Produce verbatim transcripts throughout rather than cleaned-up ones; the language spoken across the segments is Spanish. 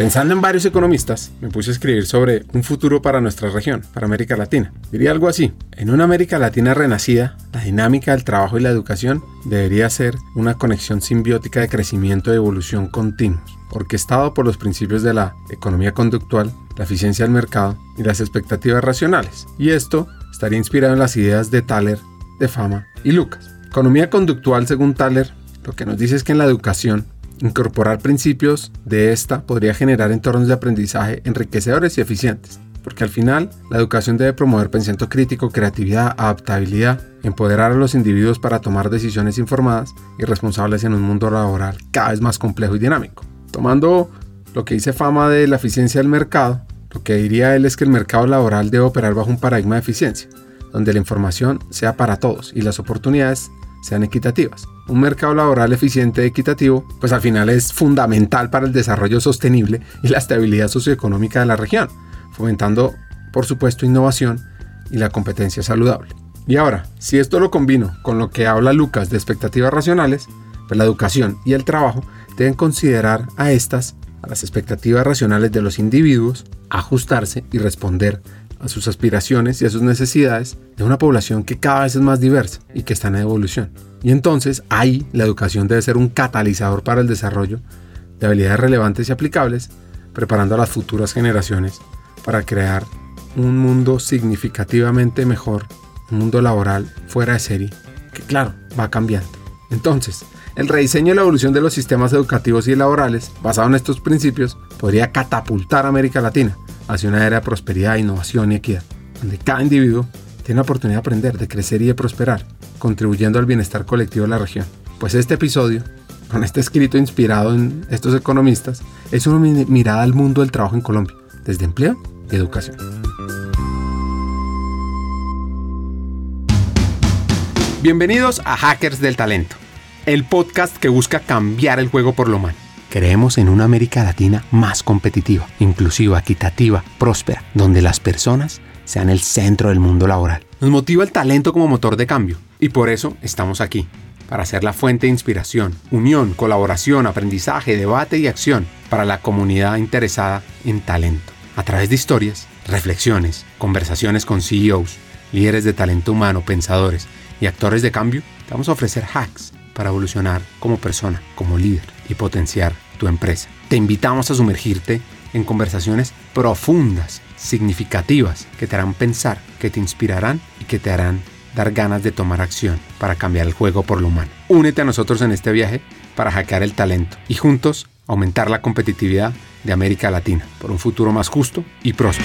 Pensando en varios economistas, me puse a escribir sobre un futuro para nuestra región, para América Latina. Diría algo así: en una América Latina renacida, la dinámica del trabajo y la educación debería ser una conexión simbiótica de crecimiento y evolución continuos, orquestado por los principios de la economía conductual, la eficiencia del mercado y las expectativas racionales. Y esto estaría inspirado en las ideas de Thaler, de Fama y Lucas. Economía conductual, según Thaler, lo que nos dice es que en la educación, incorporar principios de esta podría generar entornos de aprendizaje enriquecedores y eficientes, porque al final la educación debe promover pensamiento crítico, creatividad, adaptabilidad, empoderar a los individuos para tomar decisiones informadas y responsables en un mundo laboral cada vez más complejo y dinámico. Tomando lo que dice Fama de la eficiencia del mercado, lo que diría él es que el mercado laboral debe operar bajo un paradigma de eficiencia, donde la información sea para todos y las oportunidades sean equitativas. Un mercado laboral eficiente y equitativo, pues al final es fundamental para el desarrollo sostenible y la estabilidad socioeconómica de la región, fomentando, por supuesto, innovación y la competencia saludable. Y ahora, si esto lo combino con lo que habla Lucas de expectativas racionales, pues la educación y el trabajo deben considerar a estas, a las expectativas racionales de los individuos, ajustarse y responder a sus aspiraciones y a sus necesidades de una población que cada vez es más diversa y que está en evolución. Y entonces ahí la educación debe ser un catalizador para el desarrollo de habilidades relevantes y aplicables, preparando a las futuras generaciones para crear un mundo significativamente mejor, un mundo laboral fuera de serie, que claro, va cambiando. Entonces, el rediseño y la evolución de los sistemas educativos y laborales, basado en estos principios, podría catapultar a América Latina hacia una era de prosperidad, innovación y equidad, donde cada individuo tiene la oportunidad de aprender, de crecer y de prosperar, contribuyendo al bienestar colectivo de la región. Pues este episodio, con este escrito inspirado en estos economistas, es una mirada al mundo del trabajo en Colombia, desde empleo y educación. Bienvenidos a Hackers del Talento, el podcast que busca cambiar el juego por lo humano. Creemos en una América Latina más competitiva, inclusiva, equitativa, próspera, donde las personas sean el centro del mundo laboral. Nos motiva el talento como motor de cambio y por eso estamos aquí, para ser la fuente de inspiración, unión, colaboración, aprendizaje, debate y acción para la comunidad interesada en talento. A través de historias, reflexiones, conversaciones con C E Os, líderes de talento humano, pensadores y actores de cambio, te vamos a ofrecer hacks para evolucionar como persona, como líder y potenciar tu empresa. Te invitamos a sumergirte en conversaciones profundas, significativas, que te harán pensar, que te inspirarán y que te harán dar ganas de tomar acción para cambiar el juego por lo humano. Únete a nosotros en este viaje para hackear el talento y juntos aumentar la competitividad de América Latina por un futuro más justo y próspero.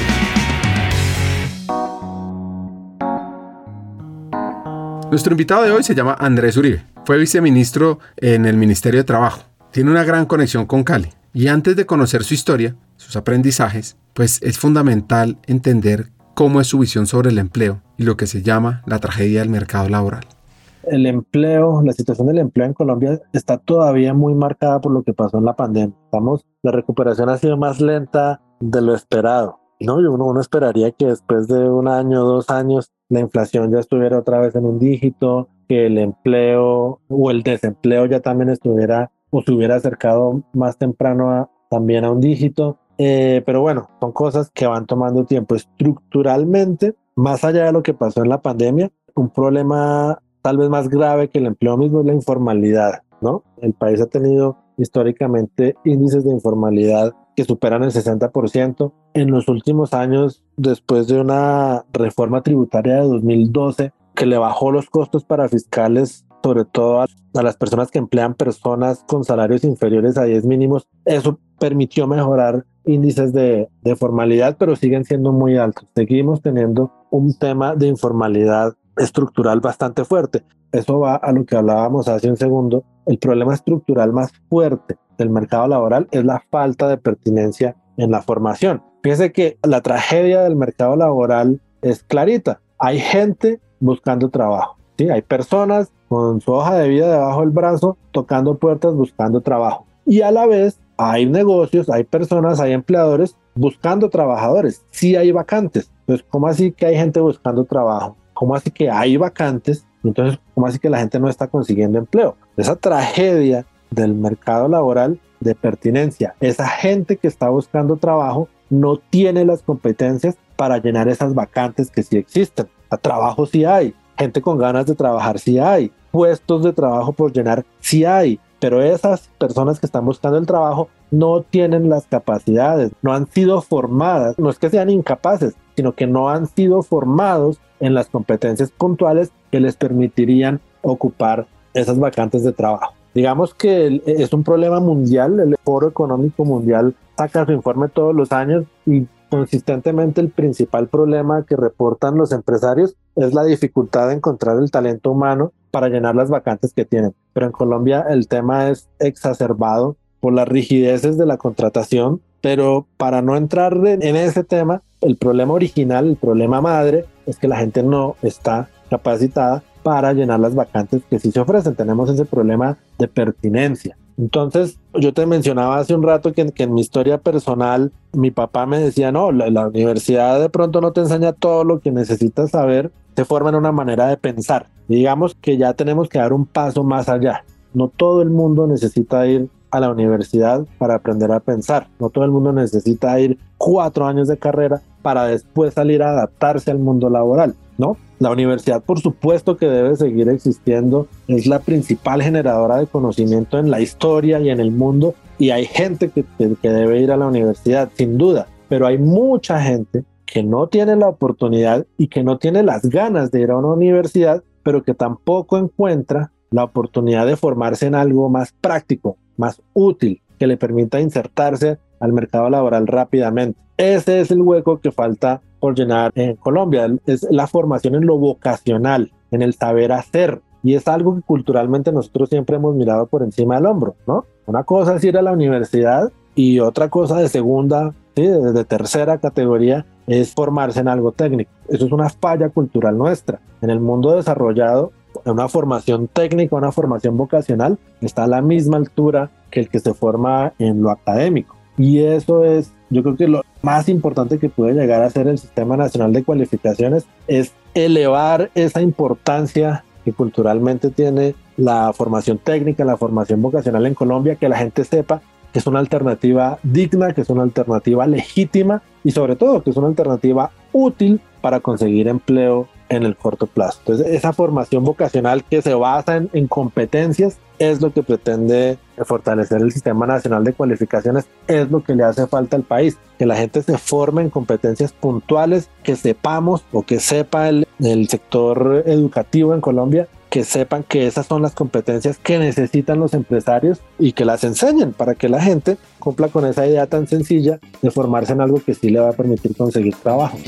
Nuestro invitado de hoy se llama Andrés Uribe. Fue viceministro en el Ministerio de Trabajo. Tiene una gran conexión con Cali. Y antes de conocer su historia, sus aprendizajes, pues es fundamental entender cómo es su visión sobre el empleo y lo que se llama la tragedia del mercado laboral. El empleo, la situación del empleo en Colombia está todavía muy marcada por lo que pasó en la pandemia. Estamos, la recuperación ha sido más lenta de lo esperado, ¿no? Uno, uno esperaría que después de un año, dos años, la inflación ya estuviera otra vez en un dígito, que el empleo o el desempleo ya también estuviera o se hubiera acercado más temprano a, también a un dígito. Eh, pero bueno, son cosas que van tomando tiempo. Estructuralmente, más allá de lo que pasó en la pandemia, un problema tal vez más grave que el empleo mismo es la informalidad, ¿no? El país ha tenido históricamente índices de informalidad que superan el sesenta por ciento. En los últimos años, después de una reforma tributaria de dos mil doce que le bajó los costos para fiscales, sobre todo a, a las personas que emplean personas con salarios inferiores a diez mínimos, eso permitió mejorar índices de, de formalidad, pero siguen siendo muy altos. Seguimos teniendo un tema de informalidad estructural bastante fuerte. Eso va a lo que hablábamos hace un segundo. El problema estructural más fuerte del mercado laboral es la falta de pertinencia en la formación. Fíjense que la tragedia del mercado laboral es clarita. Hay gente buscando trabajo, ¿sí? Hay personas con su hoja de vida debajo del brazo tocando puertas buscando trabajo. Y a la vez hay negocios, hay personas, hay empleadores buscando trabajadores. Sí hay vacantes. Entonces, ¿cómo así que hay gente buscando trabajo? ¿Cómo así que hay vacantes? Entonces, ¿cómo así que la gente no está consiguiendo empleo? Esa tragedia del mercado laboral de pertinencia. Esa gente que está buscando trabajo no tiene las competencias para llenar esas vacantes que sí existen. A trabajo sí hay, gente con ganas de trabajar sí hay, puestos de trabajo por llenar sí hay, pero esas personas que están buscando el trabajo no tienen las capacidades, no han sido formadas, no es que sean incapaces, sino que no han sido formados en las competencias puntuales que les permitirían ocupar esas vacantes de trabajo. Digamos que es un problema mundial, el Foro Económico Mundial saca su informe todos los años y consistentemente el principal problema que reportan los empresarios es la dificultad de encontrar el talento humano para llenar las vacantes que tienen. Pero en Colombia el tema es exacerbado por las rigideces de la contratación, pero para no entrar en ese tema, el problema original, el problema madre, es que la gente no está capacitada para llenar las vacantes que sí se ofrecen. Tenemos ese problema de pertinencia. Entonces, yo te mencionaba hace un rato que, que en mi historia personal, mi papá me decía, no, la, la universidad de pronto no te enseña todo lo que necesitas saber, te forma en una manera de pensar. Y digamos que ya tenemos que dar un paso más allá. No todo el mundo necesita ir a la universidad para aprender a pensar. No todo el mundo necesita ir cuatro años de carrera para después salir a adaptarse al mundo laboral, ¿no? La universidad, por supuesto que debe seguir existiendo, es la principal generadora de conocimiento en la historia y en el mundo, y hay gente que, que, que debe ir a la universidad, sin duda, pero hay mucha gente que no tiene la oportunidad y que no tiene las ganas de ir a una universidad, pero que tampoco encuentra la oportunidad de formarse en algo más práctico, más útil, que le permita insertarse al mercado laboral rápidamente. Ese es el hueco que falta por llenar en Colombia, es la formación en lo vocacional, en el saber hacer, y es algo que culturalmente nosotros siempre hemos mirado por encima del hombro, ¿no? Una cosa es ir a la universidad y otra cosa de segunda, ¿sí? de, de tercera categoría es formarse en algo técnico. Eso es una falla cultural nuestra. En el mundo desarrollado, una formación técnica, una formación vocacional está a la misma altura que el que se forma en lo académico. Y eso es, yo creo que lo más importante que puede llegar a ser el Sistema Nacional de Cualificaciones es elevar esa importancia que culturalmente tiene la formación técnica, la formación vocacional en Colombia, que la gente sepa que es una alternativa digna, que es una alternativa legítima y sobre todo que es una alternativa útil para conseguir empleo en el corto plazo. Entonces, esa formación vocacional que se basa en, en competencias es lo que pretende fortalecer el Sistema Nacional de Cualificaciones, es lo que le hace falta al país, que la gente se forme en competencias puntuales, que sepamos o que sepa el, el sector educativo en Colombia, que sepan que esas son las competencias que necesitan los empresarios y que las enseñen para que la gente cumpla con esa idea tan sencilla de formarse en algo que sí le va a permitir conseguir trabajo.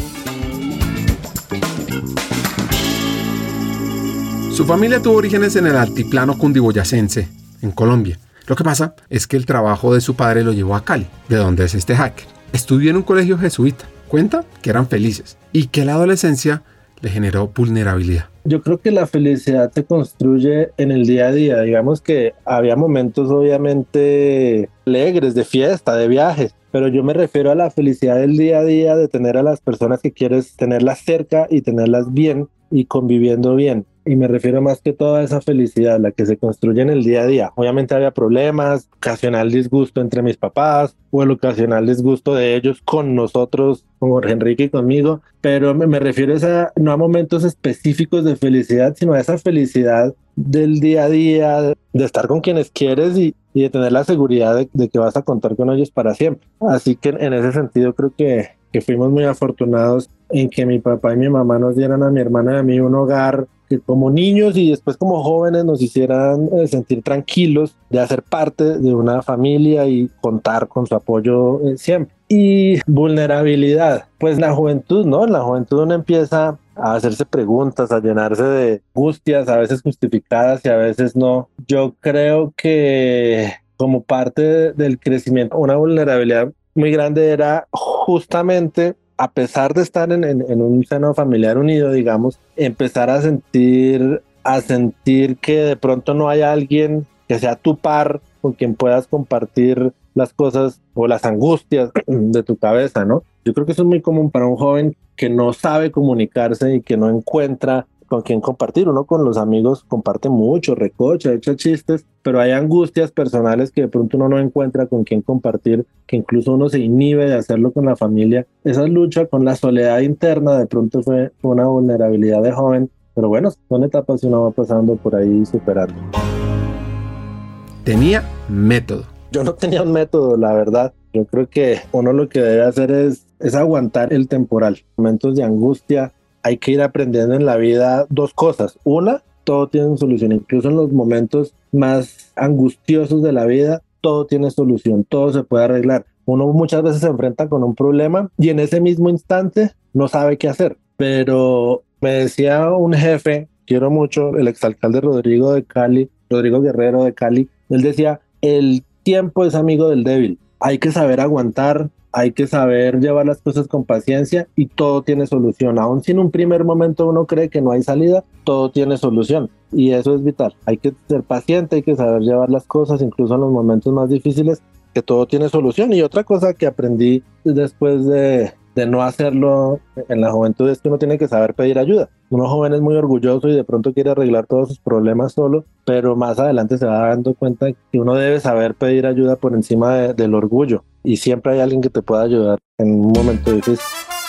Su familia tuvo orígenes en el altiplano cundiboyacense, en Colombia. Lo que pasa es que el trabajo de su padre lo llevó a Cali, de donde es este hacker. Estudió en un colegio jesuita. Cuenta que eran felices y que la adolescencia le generó vulnerabilidad. Yo creo que la felicidad se construye en el día a día. Digamos que había momentos obviamente alegres, de fiesta, de viajes, pero yo me refiero a la felicidad del día a día, de tener a las personas que quieres tenerlas cerca y tenerlas bien y conviviendo bien. Y me refiero más que todo a esa felicidad, la que se construye en el día a día. Obviamente había problemas, ocasional disgusto entre mis papás o el ocasional disgusto de ellos con nosotros, con Jorge Enrique y conmigo, pero me, me refiero a esa, no a momentos específicos de felicidad, sino a esa felicidad del día a día, de estar con quienes quieres y, y de tener la seguridad de, de que vas a contar con ellos para siempre. Así que en ese sentido creo que, que fuimos muy afortunados en que mi papá y mi mamá nos dieran a mi hermana y a mí un hogar que como niños y después como jóvenes nos hicieran eh, sentir tranquilos de hacer parte de una familia y contar con su apoyo eh, siempre. Y vulnerabilidad, pues la juventud, ¿no? En la juventud uno empieza a hacerse preguntas, a llenarse de angustias, a veces justificadas y a veces no. Yo creo que como parte del crecimiento, una vulnerabilidad muy grande era justamente, a pesar de estar en, en, en un seno familiar unido, digamos, empezar a sentir, a sentir que de pronto no hay alguien que sea tu par con quien puedas compartir las cosas o las angustias de tu cabeza, ¿no? Yo creo que eso es muy común para un joven que no sabe comunicarse y que no encuentra con quién compartir. Uno con los amigos comparte mucho, recocha, echa chistes, pero hay angustias personales que de pronto uno no encuentra con quién compartir, que incluso uno se inhibe de hacerlo con la familia. Esa lucha con la soledad interna de pronto fue una vulnerabilidad de joven, pero bueno, son etapas que uno va pasando por ahí superando. Tenía método. Yo no tenía un método, la verdad. Yo creo que uno lo que debe hacer es, es aguantar el temporal. Momentos de angustia, hay que ir aprendiendo en la vida dos cosas. Una, todo tiene solución, incluso en los momentos más angustiosos de la vida, todo tiene solución, todo se puede arreglar. Uno muchas veces se enfrenta con un problema y en ese mismo instante no sabe qué hacer. Pero me decía un jefe, quiero mucho, el exalcalde Rodrigo de Cali, Rodrigo Guerrero de Cali, él decía, el tiempo es amigo del débil. Hay que saber aguantar, hay que saber llevar las cosas con paciencia y todo tiene solución. Aún si en un primer momento uno cree que no hay salida, todo tiene solución y eso es vital. Hay que ser paciente, hay que saber llevar las cosas, incluso en los momentos más difíciles, que todo tiene solución. Y otra cosa que aprendí después de, de no hacerlo en la juventud es que uno tiene que saber pedir ayuda. Uno joven es muy orgulloso y de pronto quiere arreglar todos sus problemas solo, pero más adelante se va dando cuenta que uno debe saber pedir ayuda por encima de, del orgullo y siempre hay alguien que te pueda ayudar en un momento difícil.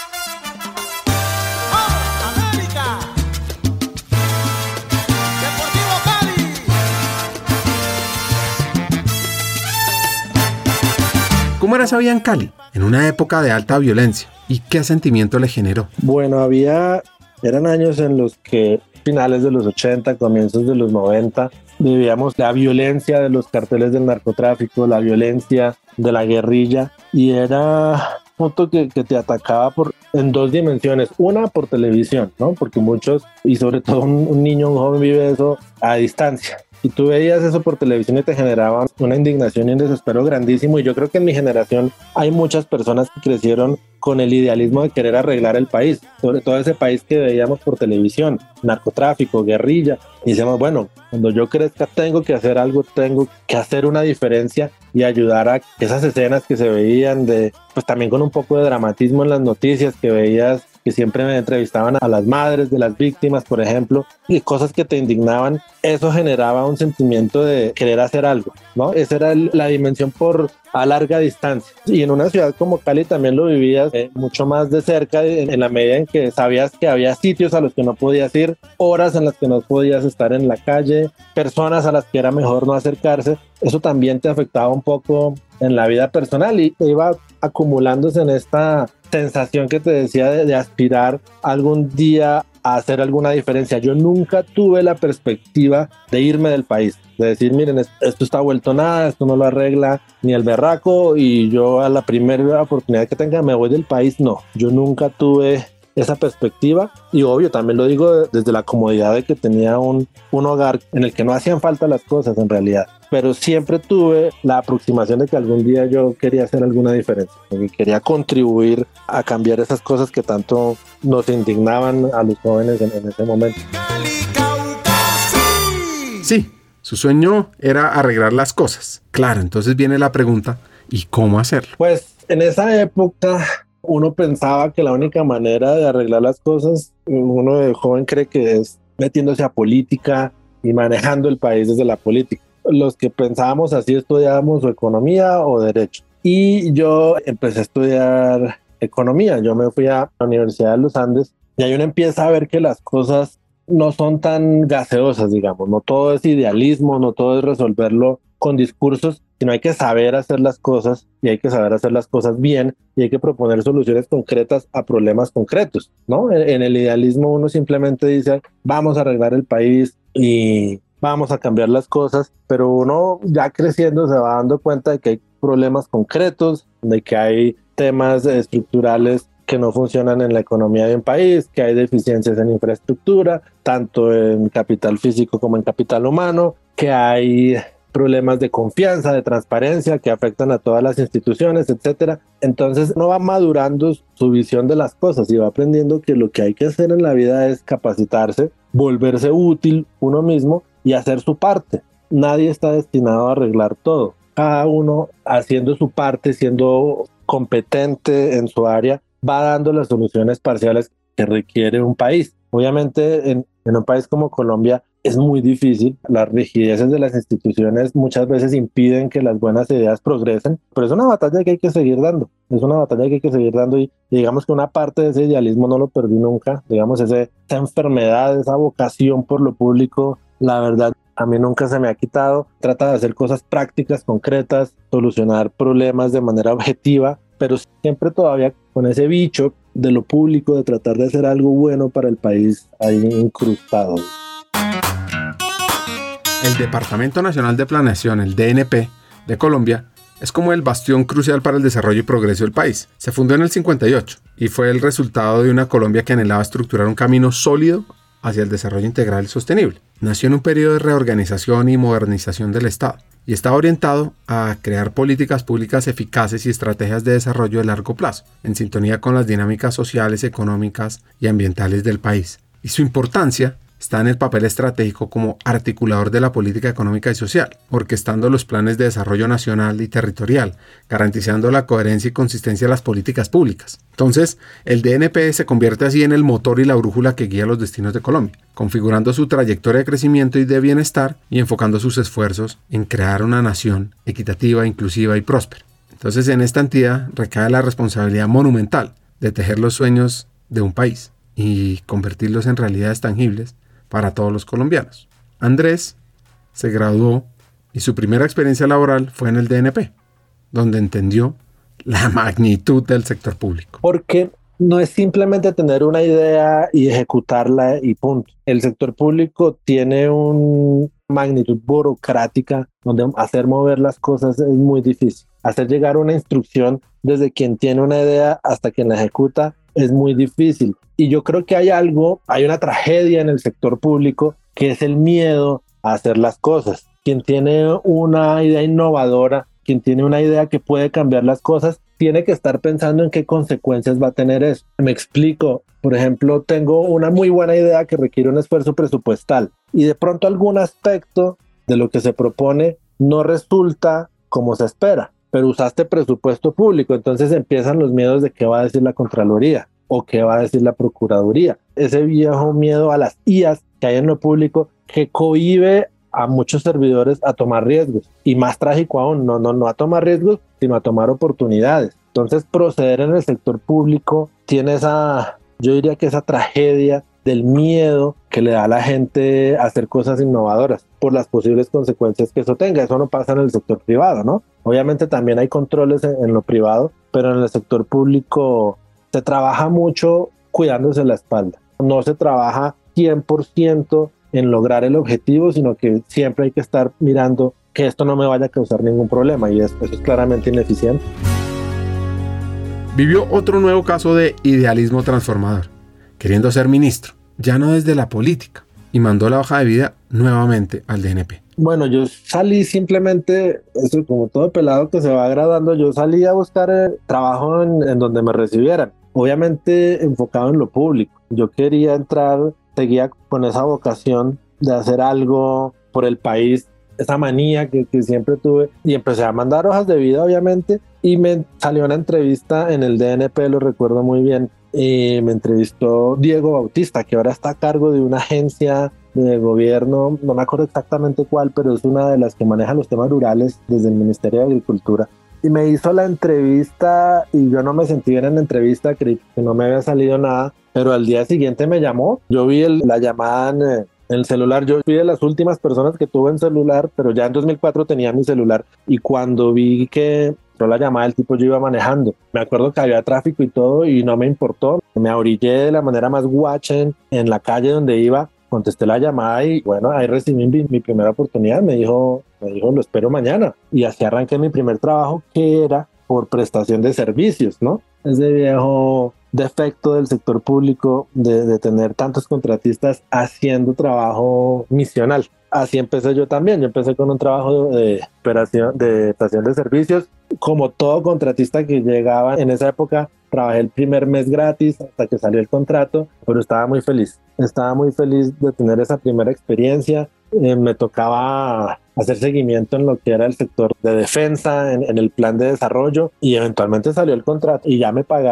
¿Cómo era esa vida en Cali, en una época de alta violencia? ¿Y qué sentimiento le generó? Bueno, había, eran años en los que finales de los ochenta, comienzos de los noventa, vivíamos la violencia de los carteles del narcotráfico, la violencia de la guerrilla, y era un punto que, que te atacaba por, en dos dimensiones. Una, por televisión, ¿no? Porque muchos, y sobre todo un, un niño, un joven vive eso a distancia. Y tú veías eso por televisión y te generaban una indignación y un desespero grandísimo. Y yo creo que en mi generación hay muchas personas que crecieron con el idealismo de querer arreglar el país, sobre todo ese país que veíamos por televisión, narcotráfico, guerrilla. Y decíamos, bueno, cuando yo crezca tengo que hacer algo, tengo que hacer una diferencia y ayudar a esas escenas que se veían de, pues también con un poco de dramatismo en las noticias que veías, que siempre me entrevistaban a las madres de las víctimas, por ejemplo, y cosas que te indignaban. Eso generaba un sentimiento de querer hacer algo, ¿no? Esa era el, la dimensión por a larga distancia. Y en una ciudad como Cali también lo vivías eh, mucho más de cerca, en, en la medida en que sabías que había sitios a los que no podías ir, horas en las que no podías estar en la calle, personas a las que era mejor no acercarse. Eso también te afectaba un poco en la vida personal y iba acumulándose en esta sensación que te decía de, de aspirar algún día a hacer alguna diferencia. Yo nunca tuve la perspectiva de irme del país, de decir, miren, esto está vuelto nada, esto no lo arregla ni el berraco y yo a la primera oportunidad que tenga me voy del país. No, yo nunca tuve esa perspectiva y obvio también lo digo desde la comodidad de que tenía un, un hogar en el que no hacían falta las cosas en realidad, pero siempre tuve la aproximación de que algún día yo quería hacer alguna diferencia, que quería contribuir a cambiar esas cosas que tanto nos indignaban a los jóvenes en, en ese momento. Sí, su sueño era arreglar las cosas. Claro, entonces viene la pregunta, ¿y cómo hacerlo? Pues en esa época uno pensaba que la única manera de arreglar las cosas, uno de joven cree que es metiéndose a política y manejando el país desde la política. Los que pensábamos así estudiábamos o economía o derecho. Y yo empecé a estudiar economía. Yo me fui a la Universidad de los Andes y ahí uno empieza a ver que las cosas no son tan gaseosas, digamos. No todo es idealismo, no todo es resolverlo con discursos, sino hay que saber hacer las cosas y hay que saber hacer las cosas bien y hay que proponer soluciones concretas a problemas concretos, ¿no? En, en el idealismo uno simplemente dice, vamos a arreglar el país y vamos a cambiar las cosas, pero uno ya creciendo se va dando cuenta de que hay problemas concretos, de que hay temas estructurales que no funcionan en la economía de un país, que hay deficiencias en infraestructura, tanto en capital físico como en capital humano, que hay problemas de confianza, de transparencia que afectan a todas las instituciones, etcétera. Entonces uno va madurando su visión de las cosas y va aprendiendo que lo que hay que hacer en la vida es capacitarse, volverse útil uno mismo y hacer su parte. Nadie está destinado a arreglar todo. Cada uno haciendo su parte, siendo competente en su área, va dando las soluciones parciales que requiere un país. Obviamente en, en un país como Colombia es muy difícil, las rigideces de las instituciones muchas veces impiden que las buenas ideas progresen, pero es una batalla que hay que seguir dando, es una batalla que hay que seguir dando y, y digamos que una parte de ese idealismo no lo perdí nunca, digamos ese, esa enfermedad, esa vocación por lo público, la verdad a mí nunca se me ha quitado. Trata de hacer cosas prácticas, concretas, solucionar problemas de manera objetiva, pero siempre todavía con ese bicho de lo público, de tratar de hacer algo bueno para el país ahí incrustado. El Departamento Nacional de Planeación, el D N P, de Colombia, es como el bastión crucial para el desarrollo y progreso del país. Se fundó en el cincuenta y ocho y fue el resultado de una Colombia que anhelaba estructurar un camino sólido hacia el desarrollo integral y sostenible. Nació en un periodo de reorganización y modernización del Estado y estaba orientado a crear políticas públicas eficaces y estrategias de desarrollo de largo plazo, en sintonía con las dinámicas sociales, económicas y ambientales del país. Y su importancia está en el papel estratégico como articulador de la política económica y social, orquestando los planes de desarrollo nacional y territorial, garantizando la coherencia y consistencia de las políticas públicas. Entonces, el D N P se convierte así en el motor y la brújula que guía los destinos de Colombia, configurando su trayectoria de crecimiento y de bienestar y enfocando sus esfuerzos en crear una nación equitativa, inclusiva y próspera. Entonces, en esta entidad recae la responsabilidad monumental de tejer los sueños de un país y convertirlos en realidades tangibles para todos los colombianos. Andrés se graduó y su primera experiencia laboral fue en el D N P, donde entendió la magnitud del sector público. Porque no es simplemente tener una idea y ejecutarla y punto. El sector público tiene una magnitud burocrática donde hacer mover las cosas es muy difícil. Hacer llegar una instrucción desde quien tiene una idea hasta quien la ejecuta es muy difícil. Y yo creo que hay algo, hay una tragedia en el sector público que es el miedo a hacer las cosas. Quien tiene una idea innovadora, quien tiene una idea que puede cambiar las cosas, tiene que estar pensando en qué consecuencias va a tener eso. Me explico. Por ejemplo, tengo una muy buena idea que requiere un esfuerzo presupuestal y de pronto algún aspecto de lo que se propone no resulta como se espera, pero usaste presupuesto público, entonces empiezan los miedos de qué va a decir la Contraloría o qué va a decir la Procuraduría. Ese viejo miedo a las I As que hay en lo público que cohíbe a muchos servidores a tomar riesgos y más trágico aún, no, no, no a tomar riesgos, sino a tomar oportunidades. Entonces proceder en el sector público tiene esa, yo diría que esa tragedia del miedo que le da a la gente a hacer cosas innovadoras por las posibles consecuencias que eso tenga. Eso no pasa en el sector privado, ¿no? Obviamente también hay controles en, en lo privado, pero en el sector público se trabaja mucho cuidándose la espalda. No se trabaja cien por ciento en lograr el objetivo, sino que siempre hay que estar mirando que esto no me vaya a causar ningún problema y eso, eso es claramente ineficiente. Vivió otro nuevo caso de idealismo transformador, queriendo ser ministro, ya no desde la política, y mandó la hoja de vida nuevamente al D N P. Bueno, yo salí simplemente, eso como todo pelado que se va graduando, yo salí a buscar eh, trabajo en, en donde me recibieran, obviamente enfocado en lo público. Yo quería entrar, seguía con esa vocación de hacer algo por el país, esa manía que, que siempre tuve, y empecé a mandar hojas de vida, obviamente, y me salió una entrevista en el D N P, lo recuerdo muy bien, y me entrevistó Diego Bautista, que ahora está a cargo de una agencia de gobierno, no me acuerdo exactamente cuál, pero es una de las que maneja los temas rurales desde el Ministerio de Agricultura. Y me hizo la entrevista y yo no me sentí bien en la entrevista, creí que no me había salido nada, pero al día siguiente me llamó. Yo vi el, la llamada en, en el celular, yo fui de las últimas personas que tuve en celular, pero ya en dos mil cuatro tenía mi celular y cuando vi que la llamada del tipo yo iba manejando, me acuerdo que había tráfico y todo y no me importó, me orillé de la manera más guachen en la calle donde iba, contesté la llamada y bueno, ahí recibí mi, mi primera oportunidad, me dijo, me dijo lo espero mañana y así arranqué mi primer trabajo que era por prestación de servicios, ¿no? Ese viejo defecto del sector público de, de tener tantos contratistas haciendo trabajo misional. Así empecé yo también, yo empecé con un trabajo de operación, de estación de servicios. Como todo contratista que llegaba en esa época, trabajé el primer mes gratis hasta que salió el contrato, pero estaba muy feliz. Estaba muy feliz de tener esa primera experiencia. Eh, me tocaba hacer seguimiento en lo que era el sector de defensa, en, en el plan de desarrollo y eventualmente salió el contrato y ya me pagaron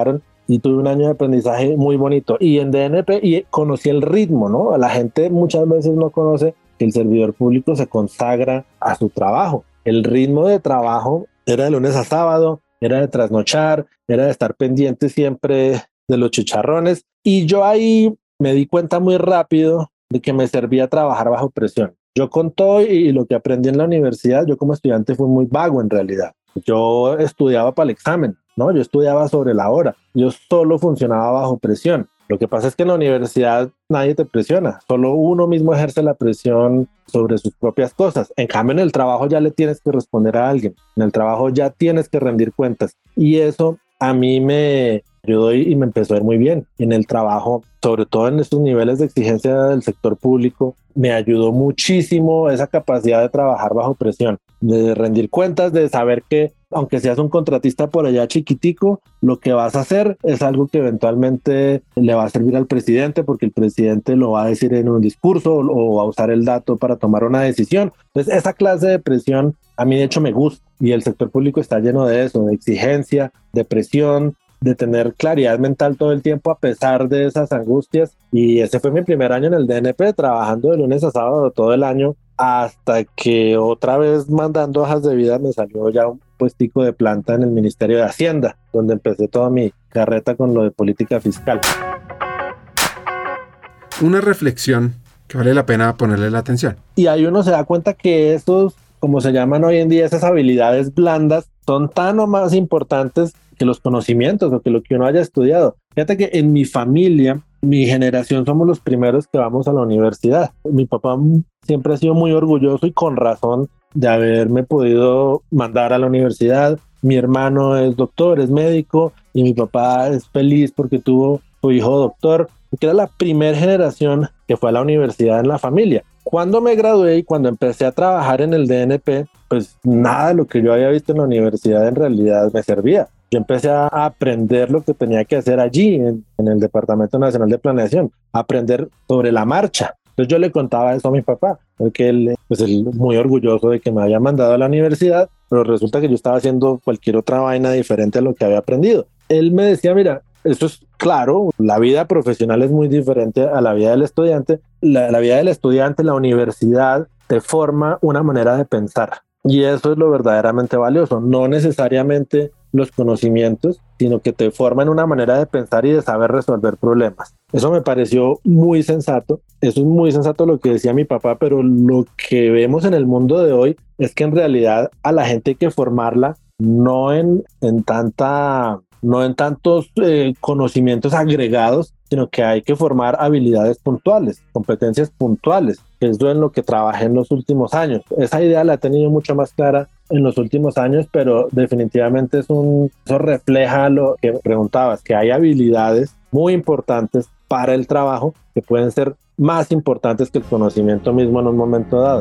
y tuve un año de aprendizaje muy bonito. Y en D N P y conocí el ritmo, ¿no? La gente muchas veces no conoce que el servidor público se consagra a su trabajo. El ritmo de trabajo era de lunes a sábado, era de trasnochar, era de estar pendiente siempre de los chicharrones. Y yo ahí me di cuenta muy rápido de que me servía trabajar bajo presión. Yo con todo y lo que aprendí en la universidad, yo como estudiante fui muy vago en realidad. Yo estudiaba para el examen, ¿no? Yo estudiaba sobre la hora. Yo solo funcionaba bajo presión. Lo que pasa es que en la universidad nadie te presiona, solo uno mismo ejerce la presión sobre sus propias cosas. En cambio, en el trabajo ya le tienes que responder a alguien, en el trabajo ya tienes que rendir cuentas y eso a mí me ayudó y me empezó a ir muy bien. En el trabajo, sobre todo en estos niveles de exigencia del sector público, me ayudó muchísimo esa capacidad de trabajar bajo presión, de rendir cuentas, de saber que aunque seas un contratista por allá chiquitico, lo que vas a hacer es algo que eventualmente le va a servir al presidente porque el presidente lo va a decir en un discurso o va a usar el dato para tomar una decisión. Entonces esa clase de presión a mí de hecho me gusta y el sector público está lleno de eso, de exigencia, de presión, de tener claridad mental todo el tiempo a pesar de esas angustias. Y ese fue mi primer año en el D N P, trabajando de lunes a sábado todo el año, hasta que otra vez mandando hojas de vida me salió ya un puestico de planta en el Ministerio de Hacienda, donde empecé toda mi carreta con lo de política fiscal. Una reflexión que vale la pena ponerle la atención. Y ahí uno se da cuenta que estos, como se llaman hoy en día, esas habilidades blandas, son tan o más importantes que los conocimientos o que lo que uno haya estudiado. Fíjate que en mi familia, mi generación somos los primeros que vamos a la universidad. Mi papá siempre ha sido muy orgulloso y con razón de haberme podido mandar a la universidad. Mi hermano es doctor, es médico y mi papá es feliz porque tuvo su hijo doctor, porque era la primera generación que fue a la universidad en la familia. Cuando me gradué y cuando empecé a trabajar en el D N P, pues nada de lo que yo había visto en la universidad en realidad me servía. Yo empecé a aprender lo que tenía que hacer allí en, en el Departamento Nacional de Planeación, aprender sobre la marcha. Entonces yo le contaba eso a mi papá, porque él, pues él muy orgulloso de que me había mandado a la universidad, pero resulta que yo estaba haciendo cualquier otra vaina diferente a lo que había aprendido. Él me decía, mira, esto es claro, la vida profesional es muy diferente a la vida del estudiante. La, la vida del estudiante, la universidad te forma una manera de pensar y eso es lo verdaderamente valioso, no necesariamente los conocimientos, sino que te forman una manera de pensar y de saber resolver problemas. Eso me pareció muy sensato, eso es muy sensato lo que decía mi papá, pero lo que vemos en el mundo de hoy es que en realidad a la gente hay que formarla no en, en tanta... no en tantos eh, conocimientos agregados, sino que hay que formar habilidades puntuales, competencias puntuales, que es en lo que trabajé en los últimos años. Esa idea la he tenido mucho más clara en los últimos años, pero definitivamente es un, eso refleja lo que preguntabas, que hay habilidades muy importantes para el trabajo que pueden ser más importantes que el conocimiento mismo en un momento dado.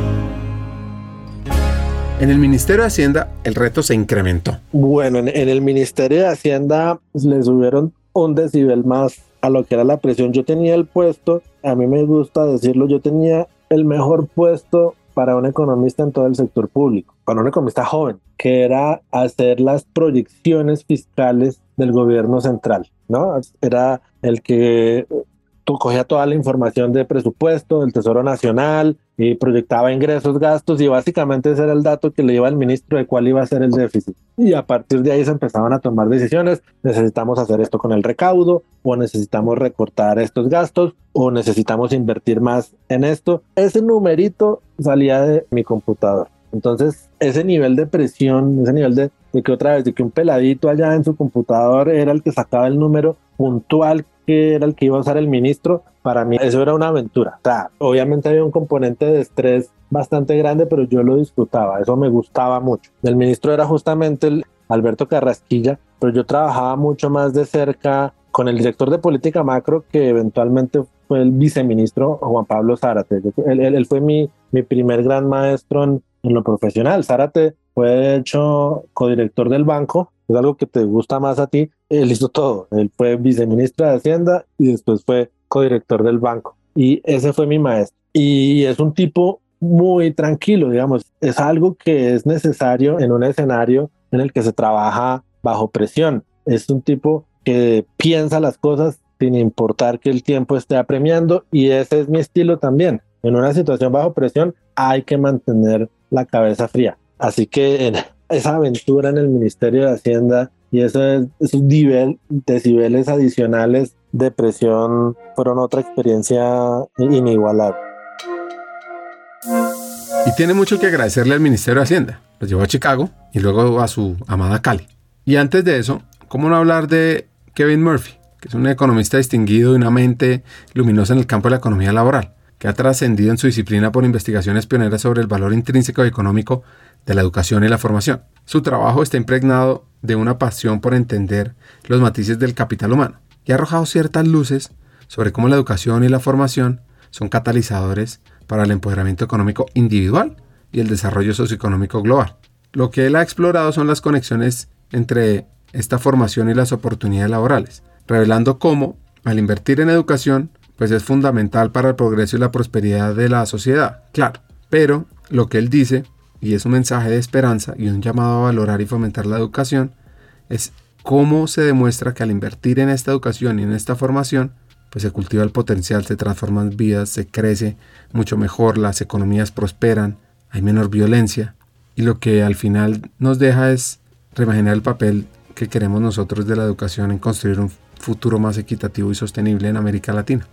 En el Ministerio de Hacienda el reto se incrementó. Bueno, en, en el Ministerio de Hacienda pues, le subieron un decibel más a lo que era la presión. Yo tenía el puesto, a mí me gusta decirlo, yo tenía el mejor puesto para un economista en todo el sector público, para un economista joven, que era hacer las proyecciones fiscales del gobierno central, ¿no? Era el que tú cogía toda la información de presupuesto del Tesoro Nacional y proyectaba ingresos, gastos y básicamente ese era el dato que le iba al ministro de cuál iba a ser el déficit. Y a partir de ahí se empezaban a tomar decisiones, necesitamos hacer esto con el recaudo o necesitamos recortar estos gastos o necesitamos invertir más en esto. Ese numerito salía de mi computador. Entonces ese nivel de presión, ese nivel de, de que otra vez, de que un peladito allá en su computador era el que sacaba el número puntual que era el que iba a usar el ministro, para mí eso era una aventura. O sea, obviamente había un componente de estrés bastante grande, pero yo lo disfrutaba, eso me gustaba mucho. El ministro era justamente el Alberto Carrasquilla, pero yo trabajaba mucho más de cerca con el director de política macro, que eventualmente fue el viceministro Juan Pablo Zárate. Él, él, él fue mi, mi primer gran maestro en, en lo profesional. Zárate fue de hecho codirector del banco, es algo que te gusta más a ti. Él hizo todo, él fue viceministro de Hacienda y después fue codirector del banco y ese fue mi maestro y es un tipo muy tranquilo, digamos, es algo que es necesario en un escenario en el que se trabaja bajo presión. Es un tipo que piensa las cosas sin importar que el tiempo esté apremiando, y ese es mi estilo también. En una situación bajo presión hay que mantener la cabeza fría. Así que en esa aventura en el Ministerio de Hacienda y esos, esos nivel, decibeles adicionales de presión fueron otra experiencia inigualable. Y tiene mucho que agradecerle al Ministerio de Hacienda. Lo llevó a Chicago y luego a su amada Cali. Y antes de eso, ¿cómo no hablar de Kevin Murphy, que es un economista distinguido y una mente luminosa en el campo de la economía laboral, que ha trascendido en su disciplina por investigaciones pioneras sobre el valor intrínseco y económico de la educación y la formación? Su trabajo está impregnado de una pasión por entender los matices del capital humano y ha arrojado ciertas luces sobre cómo la educación y la formación son catalizadores para el empoderamiento económico individual y el desarrollo socioeconómico global. Lo que él ha explorado son las conexiones entre esta formación y las oportunidades laborales, revelando cómo, al invertir en educación, pues es fundamental para el progreso y la prosperidad de la sociedad, claro. Pero lo que él dice, y es un mensaje de esperanza y un llamado a valorar y fomentar la educación, es cómo se demuestra que al invertir en esta educación y en esta formación, pues se cultiva el potencial, se transforman vidas, se crece mucho mejor, las economías prosperan, hay menor violencia, y lo que al final nos deja es reimaginar el papel que queremos nosotros de la educación en construir un futuro más equitativo y sostenible en América Latina.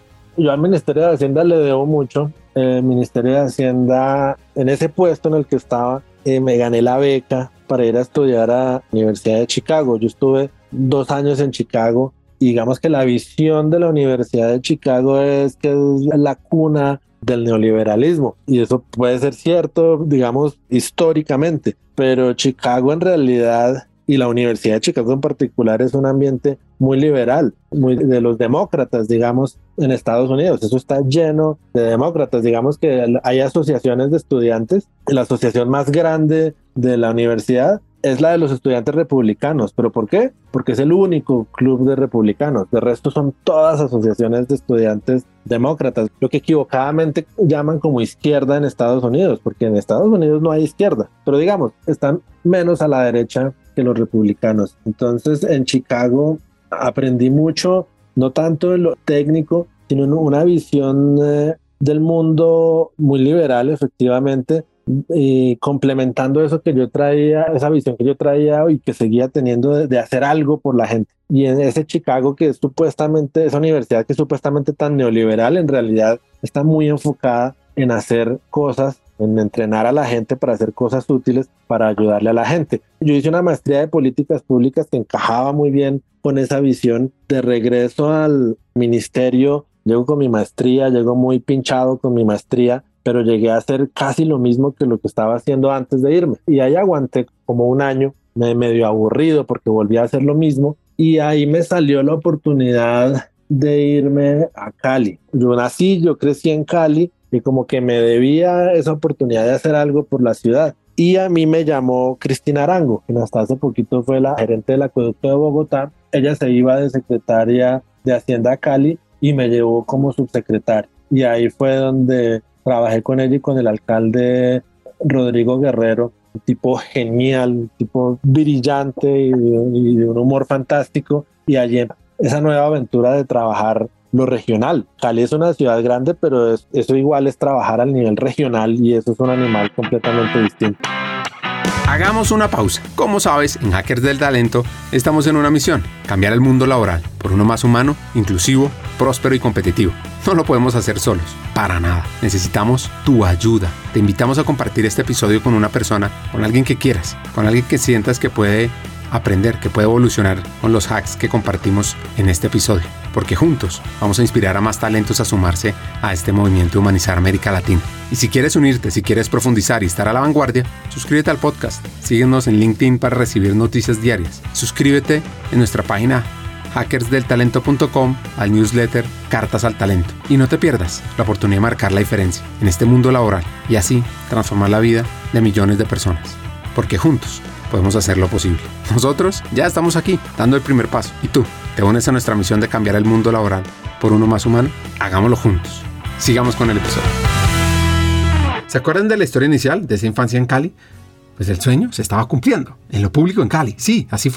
Yo al Ministerio de Hacienda le debo mucho. El Ministerio de Hacienda, en ese puesto en el que estaba, eh, me gané la beca para ir a estudiar a la Universidad de Chicago. Yo estuve dos años en Chicago y digamos que la visión de la Universidad de Chicago es que es la cuna del neoliberalismo, y eso puede ser cierto, digamos, históricamente, pero Chicago en realidad, y la Universidad de Chicago en particular, es un ambiente muy liberal, muy de los demócratas, digamos, en Estados Unidos. Eso está lleno de demócratas. Digamos que hay asociaciones de estudiantes. La asociación más grande de la universidad es la de los estudiantes republicanos. ¿Pero por qué? Porque es el único club de republicanos. De resto son todas asociaciones de estudiantes demócratas, lo que equivocadamente llaman como izquierda en Estados Unidos, porque en Estados Unidos no hay izquierda, pero digamos, están menos a la derecha que los republicanos. Entonces en Chicago aprendí mucho, no tanto en lo técnico, sino en una visión eh, del mundo muy liberal, efectivamente, y complementando eso que yo traía, esa visión que yo traía y que seguía teniendo de, de hacer algo por la gente. Y en ese Chicago que es supuestamente, esa universidad que es supuestamente tan neoliberal, en realidad está muy enfocada en hacer cosas, en entrenar a la gente para hacer cosas útiles para ayudarle a la gente. Yo hice una maestría de políticas públicas que encajaba muy bien con esa visión. De regreso al ministerio, llego con mi maestría, llego muy pinchado con mi maestría, pero llegué a hacer casi lo mismo que lo que estaba haciendo antes de irme. Y ahí aguanté como un año, me medio aburrido porque volví a hacer lo mismo, y ahí me salió la oportunidad de irme a Cali. Yo nací, yo crecí en Cali, y como que me debía esa oportunidad de hacer algo por la ciudad. Y a mí me llamó Cristina Arango, quien hasta hace poquito fue la gerente del acueducto de Bogotá. Ella se iba de secretaria de Hacienda a Cali y me llevó como subsecretaria. Y ahí fue donde trabajé con ella y con el alcalde Rodrigo Guerrero, un tipo genial, un tipo brillante y, y de un humor fantástico. Y allí esa nueva aventura de trabajar lo regional. Cali es una ciudad grande, pero es, eso igual es trabajar al nivel regional, y eso es un animal completamente distinto. Hagamos una pausa. Como sabes, en Hackers del Talento estamos en una misión: cambiar el mundo laboral por uno más humano, inclusivo, próspero y competitivo. No lo podemos hacer solos, para nada. Necesitamos tu ayuda. Te invitamos a compartir este episodio con una persona, con alguien que quieras, con alguien que sientas que puede aprender, que puede evolucionar con los hacks que compartimos en este episodio, porque juntos vamos a inspirar a más talentos a sumarse a este movimiento de humanizar América Latina. Y si quieres unirte, si quieres profundizar y estar a la vanguardia, suscríbete al podcast, síguenos en LinkedIn para recibir noticias diarias, suscríbete en nuestra página hackers del talento punto com, al newsletter Cartas al Talento, y no te pierdas la oportunidad de marcar la diferencia en este mundo laboral y así transformar la vida de millones de personas, porque juntos podemos hacerlo posible. Nosotros ya estamos aquí, dando el primer paso. ¿Y tú? ¿Te unes a nuestra misión de cambiar el mundo laboral por uno más humano? Hagámoslo juntos. Sigamos con el episodio. ¿Se acuerdan de la historia inicial de esa infancia en Cali? Pues el sueño se estaba cumpliendo. En lo público en Cali. Sí, así fue.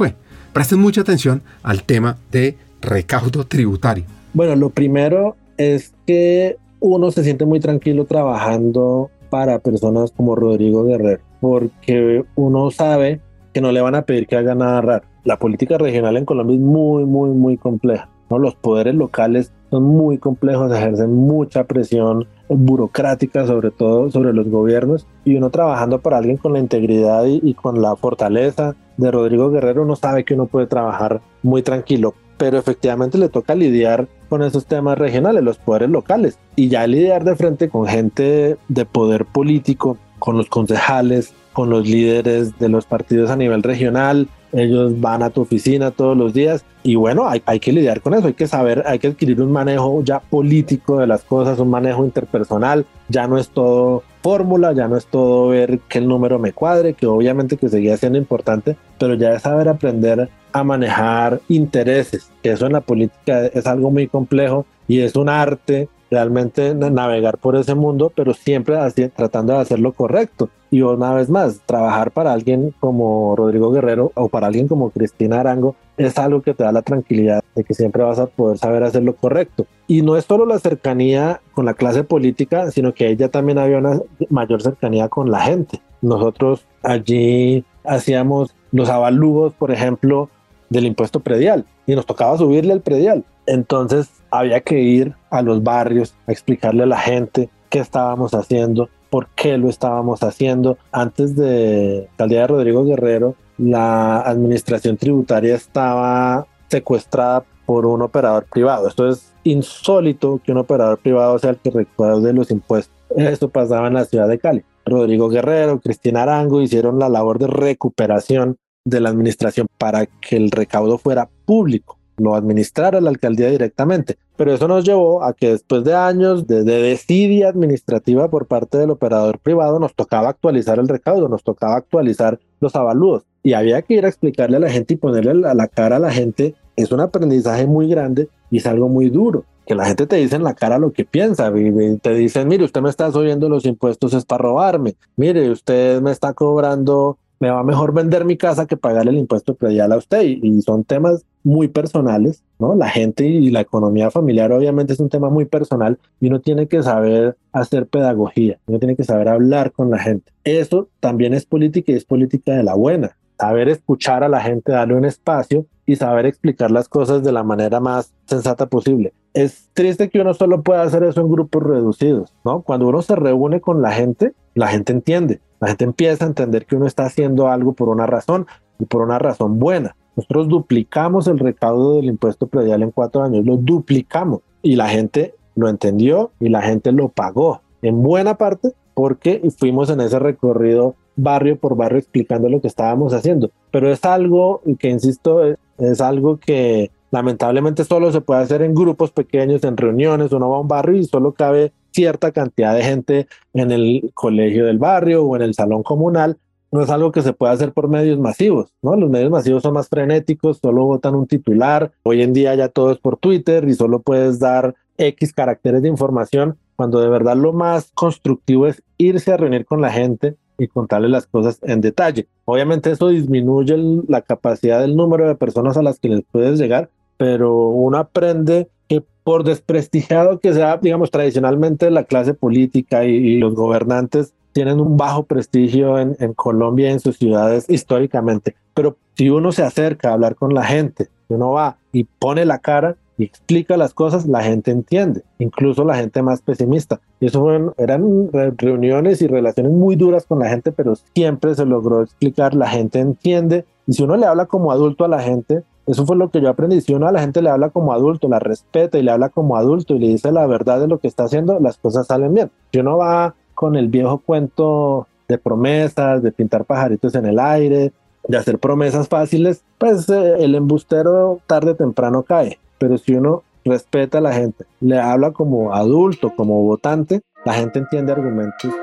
Presten mucha atención al tema de recaudo tributario. Bueno, lo primero es que uno se siente muy tranquilo trabajando para personas como Rodrigo Guerrero, porque uno sabe que no le van a pedir que haga nada raro. La política regional en Colombia es muy, muy, muy compleja, ¿no? Los poderes locales son muy complejos, ejercen mucha presión burocrática, sobre todo sobre los gobiernos, y uno trabajando para alguien con la integridad y, y con la fortaleza de Rodrigo Guerrero, uno sabe que uno puede trabajar muy tranquilo, pero efectivamente le toca lidiar con esos temas regionales, los poderes locales, y ya lidiar de frente con gente de poder político, con los concejales, con los líderes de los partidos a nivel regional. Ellos van a tu oficina todos los días y bueno, hay, hay que lidiar con eso, hay que saber, hay que adquirir un manejo ya político de las cosas, un manejo interpersonal. Ya no es todo fórmula, ya no es todo ver que el número me cuadre, que obviamente que seguía siendo importante, pero ya es saber aprender a manejar intereses, que eso en la política es algo muy complejo y es un arte realmente navegar por ese mundo, pero siempre así, tratando de hacer lo correcto. Y una vez más, trabajar para alguien como Rodrigo Guerrero o para alguien como Cristina Arango es algo que te da la tranquilidad de que siempre vas a poder saber hacer lo correcto. Y no es solo la cercanía con la clase política, sino que ella también había una mayor cercanía con la gente. Nosotros allí hacíamos los avalúos, por ejemplo, del impuesto predial y nos tocaba subirle el predial. Entonces había que ir a los barrios a explicarle a la gente qué estábamos haciendo, por qué lo estábamos haciendo. Antes de la alcaldía de Rodrigo Guerrero, la administración tributaria estaba secuestrada por un operador privado. Esto es insólito que un operador privado sea el que recaude los impuestos. Esto pasaba en la ciudad de Cali. Rodrigo Guerrero, Cristina Arango hicieron la labor de recuperación de la administración para que el recaudo fuera público, lo administrara la alcaldía directamente. Pero eso nos llevó a que después de años de, de desidia administrativa por parte del operador privado, nos tocaba actualizar el recaudo, nos tocaba actualizar los avalúos y había que ir a explicarle a la gente y ponerle a la cara a la gente. Es un aprendizaje muy grande y es algo muy duro, que la gente te dice en la cara lo que piensa y te dicen, mire, usted me está subiendo los impuestos es para robarme, mire, usted me está cobrando, me va mejor vender mi casa que pagarle el impuesto predial a usted. Y, y son temas muy personales, ¿no? La gente y la economía familiar obviamente es un tema muy personal y uno tiene que saber hacer pedagogía, uno tiene que saber hablar con la gente. Eso también es política y es política de la buena. Saber escuchar a la gente, darle un espacio y saber explicar las cosas de la manera más sensata posible. Es triste que uno solo pueda hacer eso en grupos reducidos, ¿no? Cuando uno se reúne con la gente, la gente entiende. La gente empieza a entender que uno está haciendo algo por una razón y por una razón buena. Nosotros duplicamos el recaudo del impuesto predial en cuatro años, lo duplicamos y la gente lo entendió y la gente lo pagó en buena parte porque fuimos en ese recorrido barrio por barrio explicando lo que estábamos haciendo. Pero es algo que, insisto, es, es algo que lamentablemente solo se puede hacer en grupos pequeños, en reuniones. Uno va a un barrio y solo cabe cierta cantidad de gente en el colegio del barrio o en el salón comunal. No es algo que se pueda hacer por medios masivos, ¿no? Los medios masivos son más frenéticos, solo botan un titular. Hoy en día ya todo es por Twitter y solo puedes dar X caracteres de información, cuando de verdad lo más constructivo es irse a reunir con la gente y contarle las cosas en detalle. Obviamente eso disminuye el, la capacidad del número de personas a las que les puedes llegar, pero uno aprende que por desprestigiado que sea, digamos, tradicionalmente la clase política y, y los gobernantes tienen un bajo prestigio en, en Colombia y en sus ciudades históricamente, pero si uno se acerca a hablar con la gente, si uno va y pone la cara y explica las cosas, la gente entiende, incluso la gente más pesimista. Y eso fueron, eran reuniones y relaciones muy duras con la gente, pero siempre se logró explicar, la gente entiende, y si uno le habla como adulto a la gente, eso fue lo que yo aprendí, si uno a la gente le habla como adulto, la respeta y le habla como adulto y le dice la verdad de lo que está haciendo, las cosas salen bien. Si uno va con el viejo cuento de promesas, de pintar pajaritos en el aire, de hacer promesas fáciles, pues eh, el embustero tarde o temprano cae. Pero si uno respeta a la gente, le habla como adulto, como votante, la gente entiende argumentos.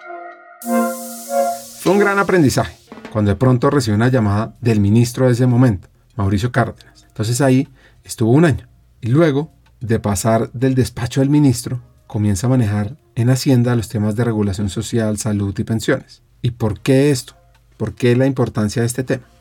Fue un gran aprendizaje cuando de pronto recibió una llamada del ministro de ese momento, Mauricio Cárdenas. Entonces ahí estuvo un año y luego de pasar del despacho del ministro comienza a manejar en Hacienda los temas de regulación social, salud y pensiones. ¿Y por qué esto? ¿Por qué la importancia de este tema?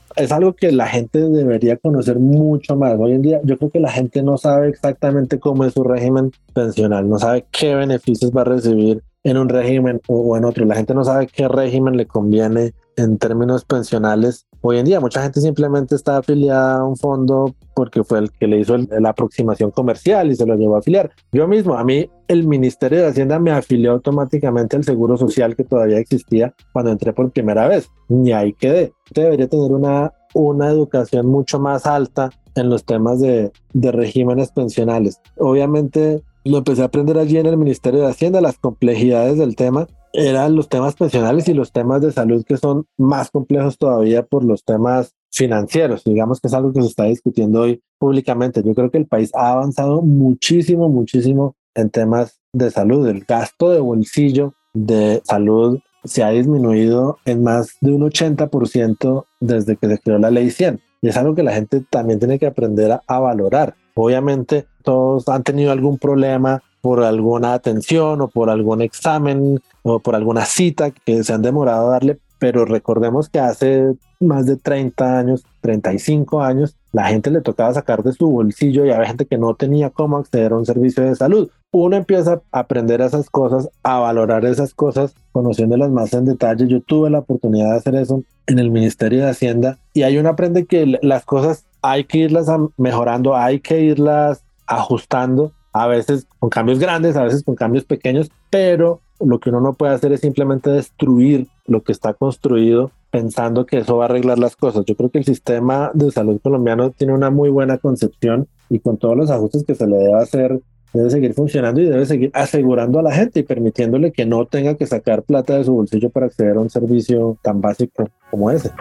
es algo que la gente debería conocer mucho más. Hoy en día yo creo que la gente no sabe exactamente cómo es su régimen pensional, no sabe qué beneficios va a recibir en un régimen o, o en otro. La gente no sabe qué régimen le conviene en términos pensionales. Hoy en día mucha gente simplemente está afiliada a un fondo porque fue el que le hizo el, la aproximación comercial y se lo llevó a afiliar. Yo mismo, a mí el Ministerio de Hacienda me afilió automáticamente al Seguro Social que todavía existía cuando entré por primera vez. Ni ahí quedé. Usted debería tener una, una educación mucho más alta en los temas de, de regímenes pensionales. Obviamente lo empecé a aprender allí en el Ministerio de Hacienda, las complejidades del tema eran los temas pensionales y los temas de salud que son más complejos todavía por los temas financieros. Digamos que es algo que se está discutiendo hoy públicamente. Yo creo que el país ha avanzado muchísimo, muchísimo en temas de salud. El gasto de bolsillo de salud se ha disminuido en más de un ochenta por ciento desde que se creó la ley cien. Y es algo que la gente también tiene que aprender a, a valorar. Obviamente todos han tenido algún problema por alguna atención o por algún examen o por alguna cita que se han demorado a darle, pero recordemos que hace más de treinta años, treinta y cinco años, la gente le tocaba sacar de su bolsillo y había gente que no tenía cómo acceder a un servicio de salud. Uno empieza a aprender esas cosas, a valorar esas cosas, conociéndolas más en detalle. Yo tuve la oportunidad de hacer eso en el Ministerio de Hacienda y ahí uno aprende que las cosas hay que irlas mejorando, hay que irlas ajustando, a veces con cambios grandes, a veces con cambios pequeños, pero lo que uno no puede hacer es simplemente destruir lo que está construido pensando que eso va a arreglar las cosas. Yo creo que el sistema de salud colombiano tiene una muy buena concepción y con todos los ajustes que se le debe hacer, debe seguir funcionando y debe seguir asegurando a la gente y permitiéndole que no tenga que sacar plata de su bolsillo para acceder a un servicio tan básico como ese.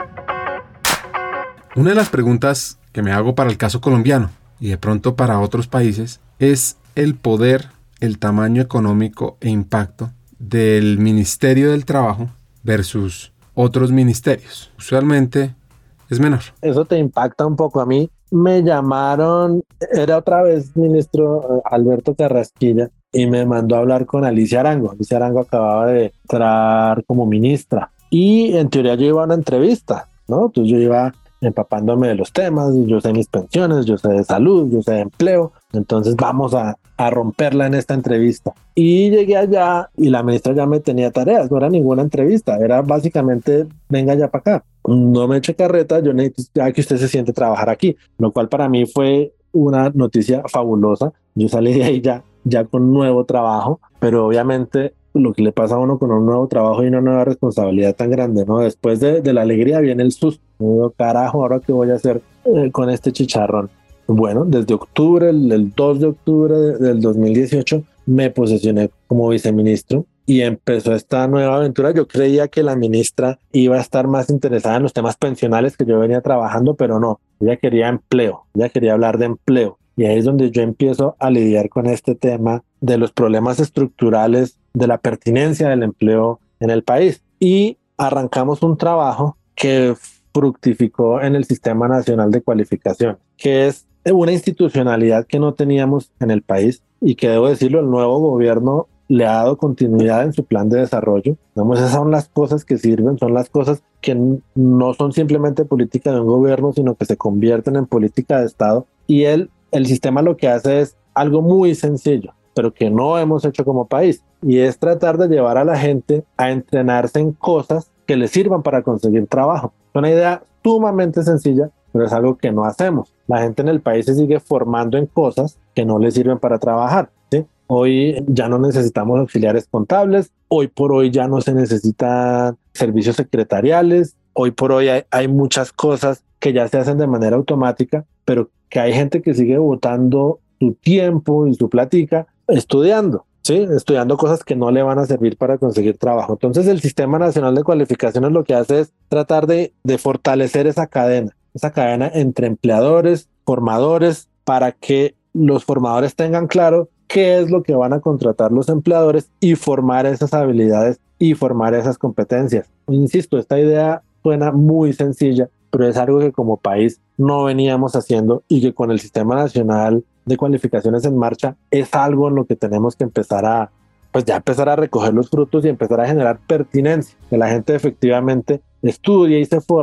Una de las preguntas que me hago para el caso colombiano y de pronto para otros países es el poder, el tamaño económico e impacto del Ministerio del Trabajo versus otros ministerios. Usualmente es menor. Eso te impacta un poco. A mí me llamaron, era otra vez ministro Alberto Carrasquilla y me mandó a hablar con Alicia Arango. Alicia Arango acababa de entrar como ministra y en teoría yo iba a una entrevista, ¿no? Entonces yo iba empapándome de los temas, yo sé mis pensiones, yo sé de salud, yo sé de empleo, entonces vamos a, a romperla en esta entrevista. Y llegué allá y la ministra ya me tenía tareas, no era ninguna entrevista, era básicamente venga ya para acá, no me eche carreta, yo necesito ya que usted se siente trabajar aquí, lo cual para mí fue una noticia fabulosa. Yo salí de ahí ya, ya con un nuevo trabajo, pero obviamente lo que le pasa a uno con un nuevo trabajo y una nueva responsabilidad tan grande, ¿no? Después de, de la alegría viene el susto. Me digo, carajo, ¿ahora qué voy a hacer eh, con este chicharrón? Bueno, desde octubre, el, el dos de octubre de, del dos mil dieciocho, me posesioné como viceministro y empezó esta nueva aventura. Yo creía que la ministra iba a estar más interesada en los temas pensionales que yo venía trabajando, pero no. Ella quería empleo, ella quería hablar de empleo. Y ahí es donde yo empiezo a lidiar con este tema de los problemas estructurales, de la pertinencia del empleo en el país. Y arrancamos un trabajo que fructificó en el Sistema Nacional de Cualificación, que es una institucionalidad que no teníamos en el país y que, debo decirlo, el nuevo gobierno le ha dado continuidad en su plan de desarrollo. Digamos, esas son las cosas que sirven, son las cosas que no son simplemente política de un gobierno, sino que se convierten en política de Estado. Y el, el sistema lo que hace es algo muy sencillo, pero que no hemos hecho como país, y es tratar de llevar a la gente a entrenarse en cosas que les sirvan para conseguir trabajo. Es una idea sumamente sencilla, pero es algo que no hacemos. La gente en el país se sigue formando en cosas que no les sirven para trabajar, ¿sí? Hoy ya no necesitamos auxiliares contables, hoy por hoy ya no se necesitan servicios secretariales, hoy por hoy hay, hay muchas cosas que ya se hacen de manera automática, pero que hay gente que sigue botando su tiempo y su platica estudiando, ¿sí? Estudiando cosas que no le van a servir para conseguir trabajo. Entonces el Sistema Nacional de Cualificaciones lo que hace es tratar de, de fortalecer esa cadena, esa cadena entre empleadores, formadores, para que los formadores tengan claro qué es lo que van a contratar los empleadores y formar esas habilidades y formar esas competencias. Insisto, esta idea suena muy sencilla, pero es algo que como país no veníamos haciendo y que con el Sistema Nacional de Cualificaciones en marcha es algo en lo que tenemos que empezar a, pues ya empezar a recoger los frutos y empezar a generar pertinencia, que la gente efectivamente estudie y se forme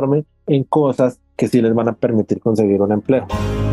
en cosas que sí les van a permitir conseguir un empleo.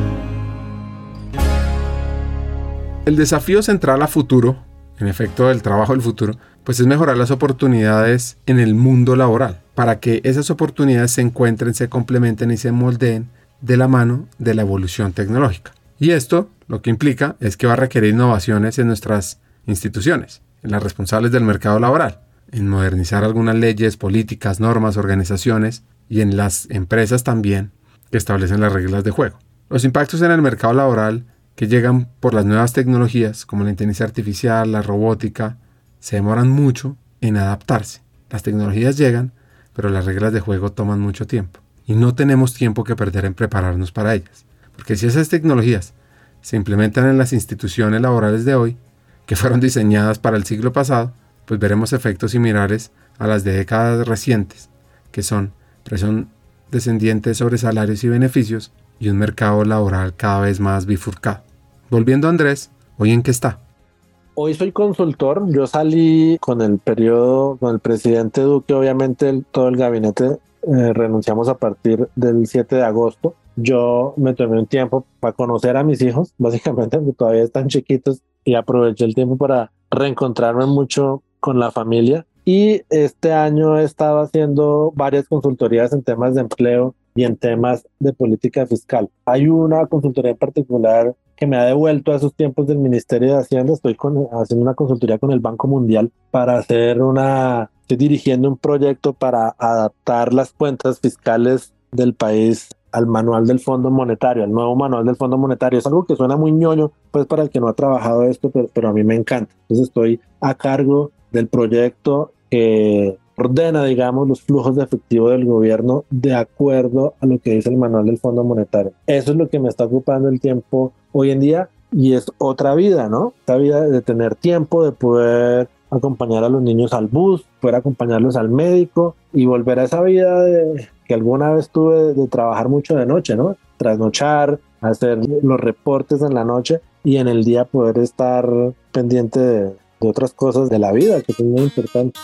El desafío central a futuro, en efecto del trabajo del futuro, pues es mejorar las oportunidades en el mundo laboral, para que esas oportunidades se encuentren, se complementen y se moldeen de la mano de la evolución tecnológica. Y esto lo que implica es que va a requerir innovaciones en nuestras instituciones, en las responsables del mercado laboral, en modernizar algunas leyes, políticas, normas, organizaciones y en las empresas también que establecen las reglas de juego. Los impactos en el mercado laboral que llegan por las nuevas tecnologías como la inteligencia artificial, la robótica, se demoran mucho en adaptarse. Las tecnologías llegan, pero las reglas de juego toman mucho tiempo y no tenemos tiempo que perder en prepararnos para ellas. Porque si esas tecnologías se implementan en las instituciones laborales de hoy, que fueron diseñadas para el siglo pasado, pues veremos efectos similares a las de décadas recientes, que son presión descendiente sobre salarios y beneficios y un mercado laboral cada vez más bifurcado. Volviendo a Andrés, ¿hoy en qué está? Hoy soy consultor. Yo salí con el periodo, con el presidente Duque, obviamente el, todo el gabinete eh, renunciamos a partir del siete de agosto. Yo me tomé un tiempo para conocer a mis hijos, básicamente, porque todavía están chiquitos, y aproveché el tiempo para reencontrarme mucho con la familia. Y este año he estado haciendo varias consultorías en temas de empleo y en temas de política fiscal. Hay una consultoría en particular que me ha devuelto a esos tiempos del Ministerio de Hacienda. Estoy con, haciendo una consultoría con el Banco Mundial para hacer una... Estoy dirigiendo un proyecto para adaptar las cuentas fiscales del país al manual del Fondo Monetario, al nuevo manual del Fondo Monetario. Es algo que suena muy ñoño, pues para el que no ha trabajado esto, pero, pero a mí me encanta. Entonces estoy a cargo del proyecto que ordena, digamos, los flujos de efectivo del gobierno de acuerdo a lo que dice el manual del Fondo Monetario. Eso es lo que me está ocupando el tiempo hoy en día y es otra vida, ¿no? Esta vida de tener tiempo, de poder acompañar a los niños al bus, poder acompañarlos al médico y volver a esa vida de, que alguna vez tuve de trabajar mucho de noche, ¿no? Trasnochar, hacer los reportes en la noche y en el día poder estar pendiente de, de otras cosas de la vida que es muy importante.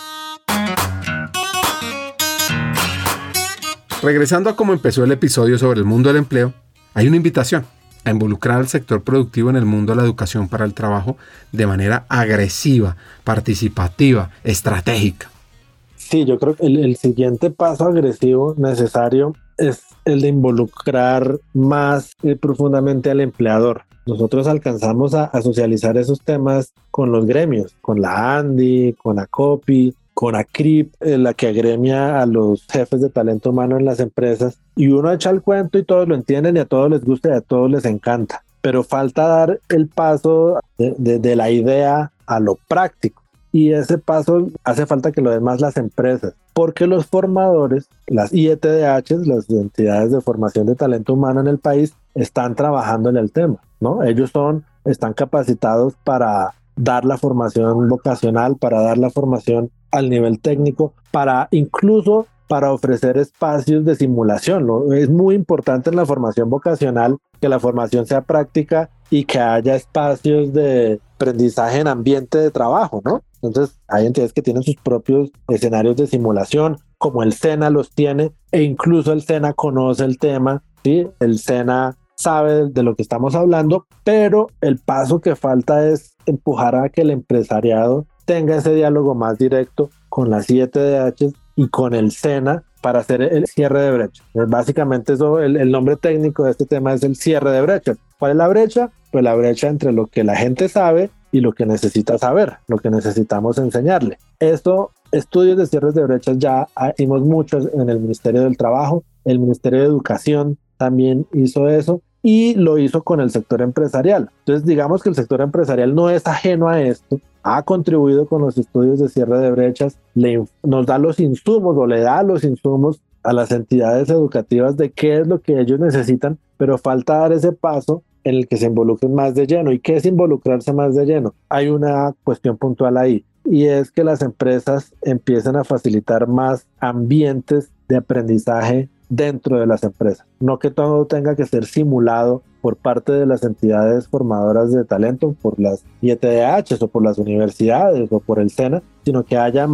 Regresando a cómo empezó el episodio sobre el mundo del empleo, hay una invitación a involucrar al sector productivo en el mundo de la educación para el trabajo de manera agresiva, participativa, estratégica. Sí, yo creo que el, el siguiente paso agresivo necesario es el de involucrar más eh, profundamente al empleador. Nosotros alcanzamos a, a socializar esos temas con los gremios, con la ANDI, con ACOPI, con ACRIP, eh, la que agremia a los jefes de talento humano en las empresas, y uno echa el cuento y todos lo entienden y a todos les gusta y a todos les encanta, pero falta dar el paso de, de, de la idea a lo práctico, y ese paso hace falta que lo den más las empresas, porque los formadores, las I E T D H, las entidades de formación de talento humano en el país, están trabajando en el tema, ¿no? Ellos son, están capacitados para dar la formación vocacional, para dar la formación al nivel técnico, para incluso para ofrecer espacios de simulación, ¿no? Es muy importante en la formación vocacional que la formación sea práctica y que haya espacios de aprendizaje en ambiente de trabajo, ¿no? Entonces hay entidades que tienen sus propios escenarios de simulación, como el SENA los tiene, e incluso el SENA conoce el tema, ¿sí? El SENA sabe de lo que estamos hablando, pero el paso que falta es empujar a que el empresariado tenga ese diálogo más directo con las I E T D H y con el SENA para hacer el cierre de brecha. Básicamente eso, el, el nombre técnico de este tema es el cierre de brecha. ¿Cuál es la brecha? Pues la brecha entre lo que la gente sabe y lo que necesita saber, lo que necesitamos enseñarle. Esto, estudios de cierres de brechas ya hicimos muchos en el Ministerio del Trabajo, el Ministerio de Educación también hizo eso y lo hizo con el sector empresarial. Entonces digamos que el sector empresarial no es ajeno a esto, ha contribuido con los estudios de cierre de brechas, le, nos da los insumos o le da los insumos a las entidades educativas de qué es lo que ellos necesitan, pero falta dar ese paso en el que se involucren más de lleno. ¿Y qué es involucrarse más de lleno? Hay una cuestión puntual ahí, y es que las empresas empiecen a facilitar más ambientes de aprendizaje dentro de las empresas. No que todo tenga que ser simulado por parte de las entidades formadoras de talento, por las I E T D H o por las universidades o por el SENA, sino que haya más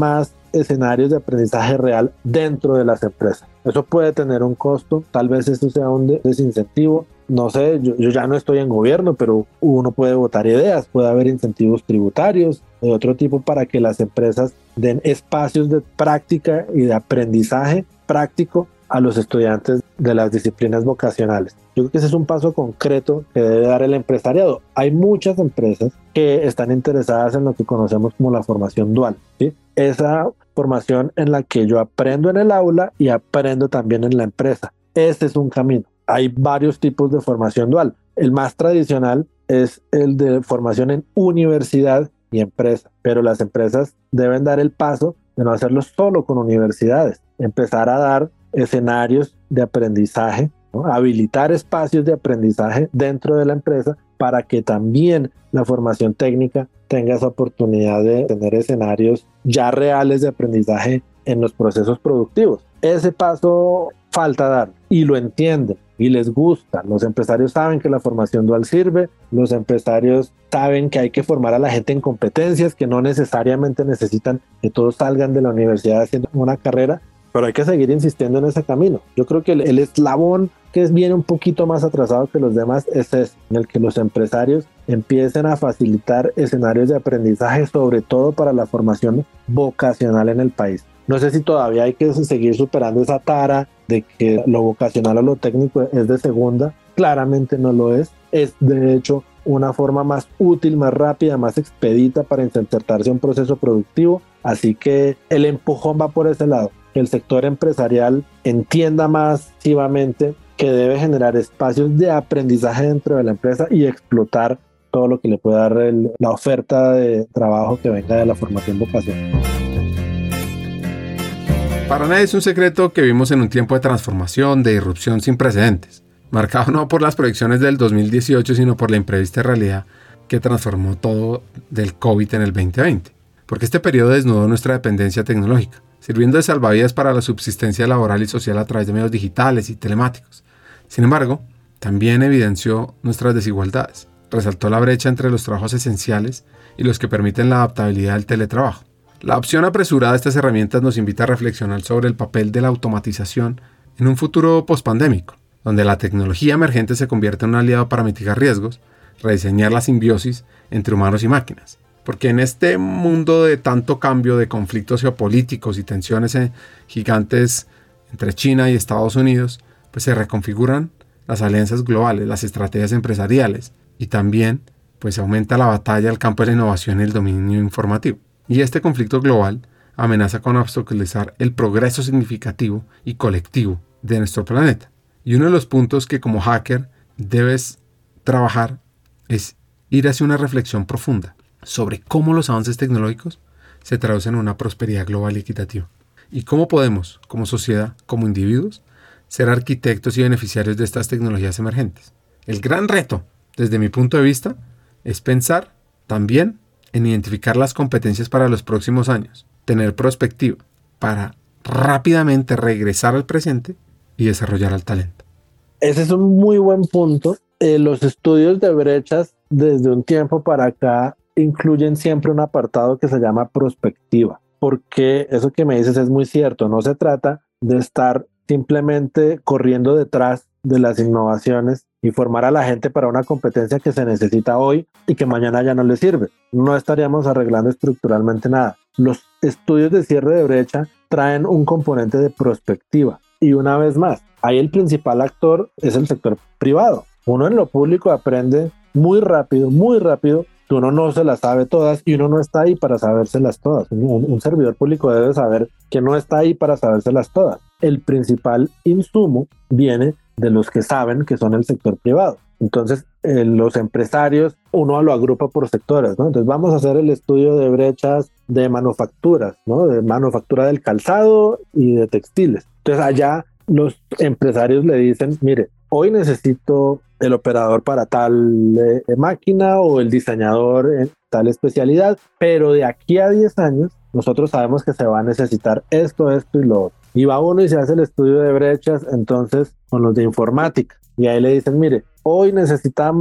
escenarios de aprendizaje real dentro de las empresas. Eso puede tener un costo, tal vez esto sea un de- desincentivo. No sé, yo, yo ya no estoy en gobierno, pero uno puede votar ideas, puede haber incentivos tributarios de otro tipo para que las empresas den espacios de práctica y de aprendizaje práctico a los estudiantes de las disciplinas vocacionales. Yo creo que ese es un paso concreto que debe dar el empresariado. Hay muchas empresas que están interesadas en lo que conocemos como la formación dual, ¿sí? Esa formación en la que yo aprendo en el aula y aprendo también en la empresa. Ese es un camino. Hay varios tipos de formación dual. El más tradicional es el de formación en universidad y empresa, pero las empresas deben dar el paso de no hacerlo solo con universidades, empezar a dar escenarios de aprendizaje, ¿no? Habilitar espacios de aprendizaje dentro de la empresa para que también la formación técnica tenga esa oportunidad de tener escenarios ya reales de aprendizaje en los procesos productivos. Ese paso falta dar y lo entienden y les gusta. Los empresarios saben que la formación dual sirve, los empresarios saben que hay que formar a la gente en competencias que no necesariamente necesitan que todos salgan de la universidad haciendo una carrera, pero hay que seguir insistiendo en ese camino. Yo creo que el, el eslabón que es viene un poquito más atrasado que los demás es ese, en el que los empresarios empiecen a facilitar escenarios de aprendizaje, sobre todo para la formación vocacional en el país. No sé si todavía hay que seguir superando esa tara de que lo vocacional o lo técnico es de segunda. Claramente no lo es. Es de hecho una forma más útil, más rápida, más expedita para insertarse a un proceso productivo. Así que el empujón va por ese lado. Que el sector empresarial entienda más activamente que debe generar espacios de aprendizaje dentro de la empresa y explotar todo lo que le pueda dar el, la oferta de trabajo que venga de la formación vocacional. Para nadie es un secreto que vivimos en un tiempo de transformación, de irrupción sin precedentes, marcado no por las proyecciones del dos mil dieciocho, sino por la imprevista realidad que transformó todo del COVID en el veinte veinte. Porque este periodo desnudó nuestra dependencia tecnológica, sirviendo de salvavidas para la subsistencia laboral y social a través de medios digitales y telemáticos. Sin embargo, también evidenció nuestras desigualdades, resaltó la brecha entre los trabajos esenciales y los que permiten la adaptabilidad del teletrabajo. La opción apresurada de estas herramientas nos invita a reflexionar sobre el papel de la automatización en un futuro pospandémico, donde la tecnología emergente se convierte en un aliado para mitigar riesgos, rediseñar la simbiosis entre humanos y máquinas. Porque en este mundo de tanto cambio, de conflictos geopolíticos y tensiones gigantes entre China y Estados Unidos, pues se reconfiguran las alianzas globales, las estrategias empresariales y también pues aumenta la batalla al campo de la innovación y el dominio informativo. Y este conflicto global amenaza con obstaculizar el progreso significativo y colectivo de nuestro planeta. Y uno de los puntos que como hacker debes trabajar es ir hacia una reflexión profunda sobre cómo los avances tecnológicos se traducen en una prosperidad global y equitativa. Y cómo podemos, como sociedad, como individuos, ser arquitectos y beneficiarios de estas tecnologías emergentes. El gran reto, desde mi punto de vista, es pensar también en identificar las competencias para los próximos años, tener perspectiva para rápidamente regresar al presente y desarrollar el talento. Ese es un muy buen punto. Eh, los estudios de brechas desde un tiempo para acá incluyen siempre un apartado que se llama prospectiva, porque eso que me dices es muy cierto. No se trata de estar simplemente corriendo detrás de las innovaciones y formar a la gente para una competencia que se necesita hoy y que mañana ya no le sirve. No estaríamos arreglando estructuralmente nada. Los estudios de cierre de brecha traen un componente de prospectiva. Y una vez más, ahí el principal actor es el sector privado. Uno en lo público aprende muy rápido, muy rápido, que uno no se las sabe todas y uno no está ahí para sabérselas todas. Un, un servidor público debe saber que no está ahí para sabérselas todas. El principal insumo viene de los que saben, que son el sector privado. Entonces, eh, los empresarios, uno lo agrupa por sectores, ¿no? Entonces, vamos a hacer el estudio de brechas de manufacturas, ¿no? De manufactura del calzado y de textiles. Entonces, allá los empresarios le dicen, mire, hoy necesito el operador para tal eh, máquina o el diseñador en tal especialidad, pero de aquí a diez años nosotros sabemos que se va a necesitar esto, esto y lo otro. Y va uno y se hace el estudio de brechas entonces con los de informática y ahí le dicen, mire, hoy necesitamos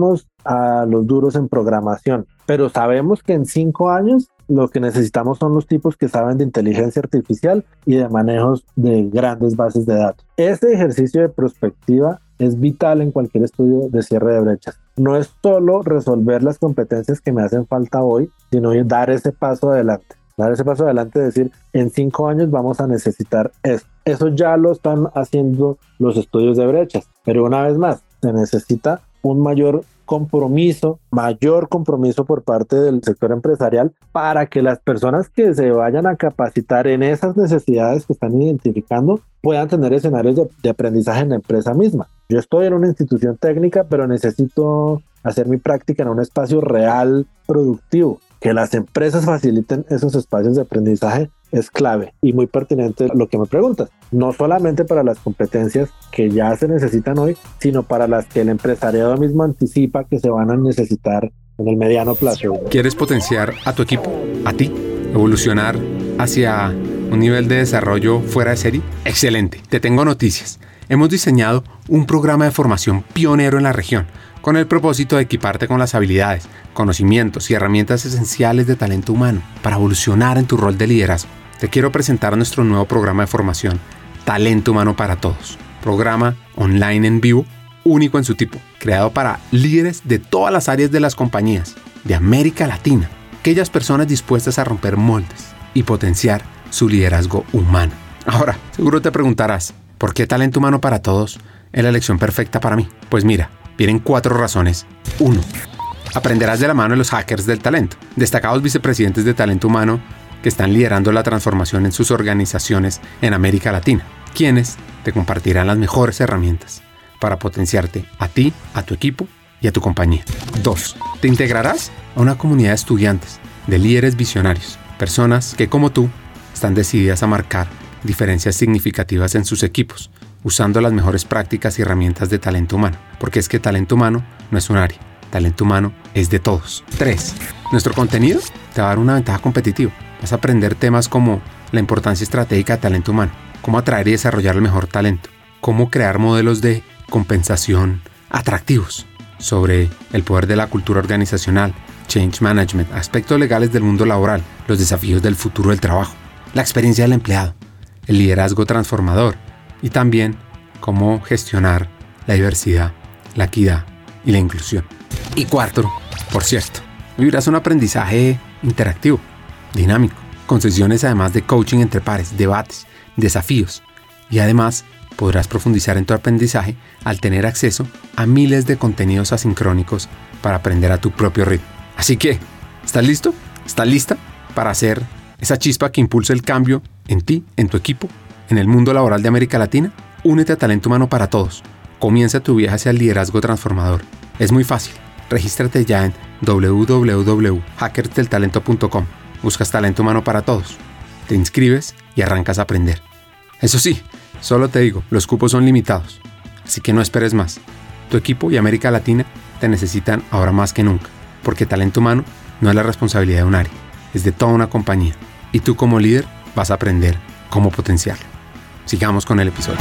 a los duros en programación, pero sabemos que en cinco años lo que necesitamos son los tipos que saben de inteligencia artificial y de manejos de grandes bases de datos. Este ejercicio de prospectiva es vital en cualquier estudio de cierre de brechas. No es solo resolver las competencias que me hacen falta hoy, sino dar ese paso adelante. Dar ese paso adelante, decir, en cinco años vamos a necesitar eso. Eso ya lo están haciendo los estudios de brechas, pero una vez más, se necesita un mayor compromiso, mayor compromiso por parte del sector empresarial para que las personas que se vayan a capacitar en esas necesidades que están identificando puedan tener escenarios de, de aprendizaje en la empresa misma. Yo estoy en una institución técnica, pero necesito hacer mi práctica en un espacio real, productivo. Que las empresas faciliten esos espacios de aprendizaje es clave y muy pertinente lo que me preguntas. No solamente para las competencias que ya se necesitan hoy, sino para las que el empresariado mismo anticipa que se van a necesitar en el mediano plazo. ¿Quieres potenciar a tu equipo, a ti, evolucionar hacia un nivel de desarrollo fuera de serie? Excelente, te tengo noticias. Hemos diseñado un programa de formación pionero en la región, con el propósito de equiparte con las habilidades, conocimientos y herramientas esenciales de talento humano para evolucionar en tu rol de liderazgo. Te quiero presentar nuestro nuevo programa de formación, Talento Humano para Todos. Programa online en vivo, único en su tipo, creado para líderes de todas las áreas de las compañías de América Latina, aquellas personas dispuestas a romper moldes y potenciar su liderazgo humano. Ahora, seguro te preguntarás, ¿por qué Talento Humano para Todos es la elección perfecta para mí? Pues mira, vienen cuatro razones. Uno, aprenderás de la mano de los hackers del talento, destacados vicepresidentes de talento humano que están liderando la transformación en sus organizaciones en América Latina, quienes te compartirán las mejores herramientas para potenciarte a ti, a tu equipo y a tu compañía. Dos, te integrarás a una comunidad de estudiantes, de líderes visionarios, personas que como tú están decididas a marcar diferencias significativas en sus equipos, usando las mejores prácticas y herramientas de talento humano, porque es que talento humano no es un área, talento humano es de todos. Tres, nuestro contenido te va a dar una ventaja competitiva. Vas a aprender temas como la importancia estratégica de talento humano, cómo atraer y desarrollar el mejor talento, cómo crear modelos de compensación atractivos, sobre el poder de la cultura organizacional, change management, aspectos legales del mundo laboral, los desafíos del futuro del trabajo, la experiencia del empleado, el liderazgo transformador y también cómo gestionar la diversidad, la equidad y la inclusión. Y cuarto, por cierto, vivirás un aprendizaje interactivo, dinámico, con sesiones además de coaching entre pares, debates, desafíos y además podrás profundizar en tu aprendizaje al tener acceso a miles de contenidos asincrónicos para aprender a tu propio ritmo. Así que, ¿estás listo? ¿Estás lista para hacer esa chispa que impulse el cambio en ti, en tu equipo, en el mundo laboral de América Latina? Únete a Talento Humano para Todos. Comienza tu viaje hacia el liderazgo transformador. Es muy fácil. Regístrate ya en w w w punto hackers del talento punto com. Buscas Talento Humano para Todos. Te inscribes y arrancas a aprender. Eso sí, solo te digo, los cupos son limitados. Así que no esperes más. Tu equipo y América Latina te necesitan ahora más que nunca. Porque talento humano no es la responsabilidad de un área, es de toda una compañía. Y tú como líder vas a aprender cómo potenciarlo. Sigamos con el episodio.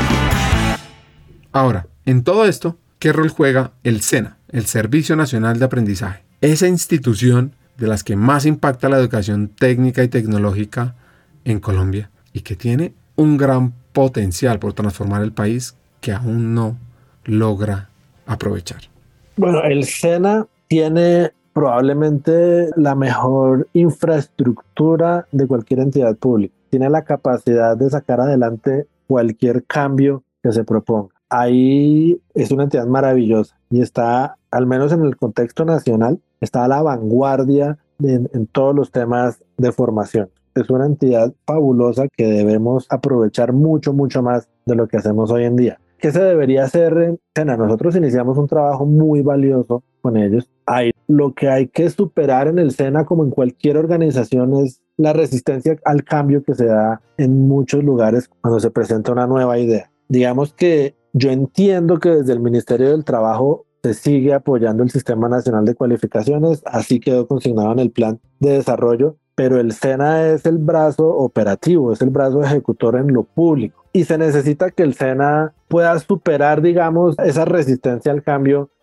Ahora, en todo esto, ¿qué rol juega el SENA, el Servicio Nacional de Aprendizaje? Esa institución de las que más impacta la educación técnica y tecnológica en Colombia y que tiene un gran potencial por transformar el país que aún no logra aprovechar. Bueno, el SENA tiene probablemente la mejor infraestructura de cualquier entidad pública. Tiene la capacidad de sacar adelante cualquier cambio que se proponga. Ahí es una entidad maravillosa y está, al menos en el contexto nacional, está a la vanguardia de, en todos los temas de formación. Es una entidad fabulosa que debemos aprovechar mucho, mucho más de lo que hacemos hoy en día. ¿Qué se debería hacer en SENA? Nosotros iniciamos un trabajo muy valioso con ellos. Hay, lo que hay que superar en el SENA, como en cualquier organización, es la resistencia al cambio que se da en muchos lugares cuando se presenta una nueva idea. Digamos que yo entiendo que desde el Ministerio del Trabajo se sigue apoyando el Sistema Nacional de Cualificaciones, así quedó consignado en el plan de desarrollo, pero el SENA es el brazo operativo, es el brazo ejecutor en lo público y se necesita que el SENA pueda superar, digamos, esa resistencia al cambio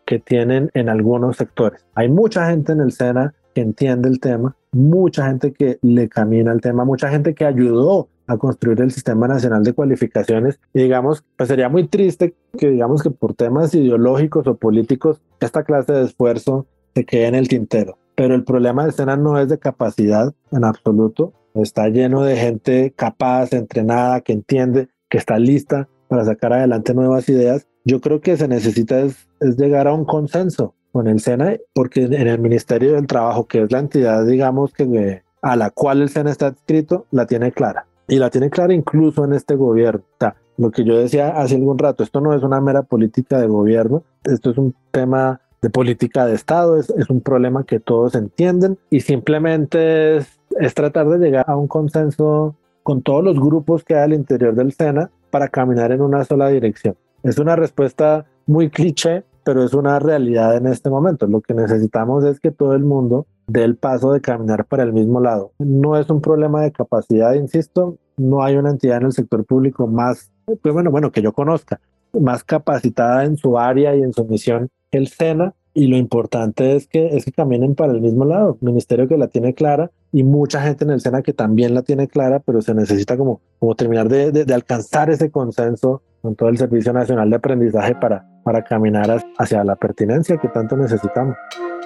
que tienen en algunos sectores. Hay mucha gente en el SENA que entiende el tema, mucha gente que le camina el tema, mucha gente que ayudó a construir el Sistema Nacional de Cualificaciones, y digamos, pues sería muy triste que digamos que por temas ideológicos o políticos esta clase de esfuerzo se quede en el tintero. Pero el problema del SENA no es de capacidad en absoluto, está lleno de gente capaz, entrenada, que entiende, que está lista para sacar adelante nuevas ideas. Yo creo que se necesita es, es llegar a un consenso con el SENA, porque en el Ministerio del Trabajo, que es la entidad, digamos, que a la cual el SENA está adscrito, la tiene clara. Y la tiene clara incluso en este gobierno. O sea, lo que yo decía hace algún rato, esto no es una mera política de gobierno, esto es un tema de política de Estado, es, es un problema que todos entienden y simplemente es, es tratar de llegar a un consenso con todos los grupos que hay al interior del SENA para caminar en una sola dirección. Es una respuesta muy cliché, pero es una realidad en este momento. Lo que necesitamos es que todo el mundo dé el paso de caminar para el mismo lado. No es un problema de capacidad, insisto, no hay una entidad en el sector público más, pues bueno, bueno, que yo conozca, más capacitada en su área y en su misión que el SENA, y lo importante es que, es que caminen para el mismo lado. Ministerio que la tiene clara y mucha gente en el SENA que también la tiene clara, pero se necesita como, como terminar de, de, de alcanzar ese consenso con todo el Servicio Nacional de Aprendizaje para, para caminar hacia la pertinencia que tanto necesitamos.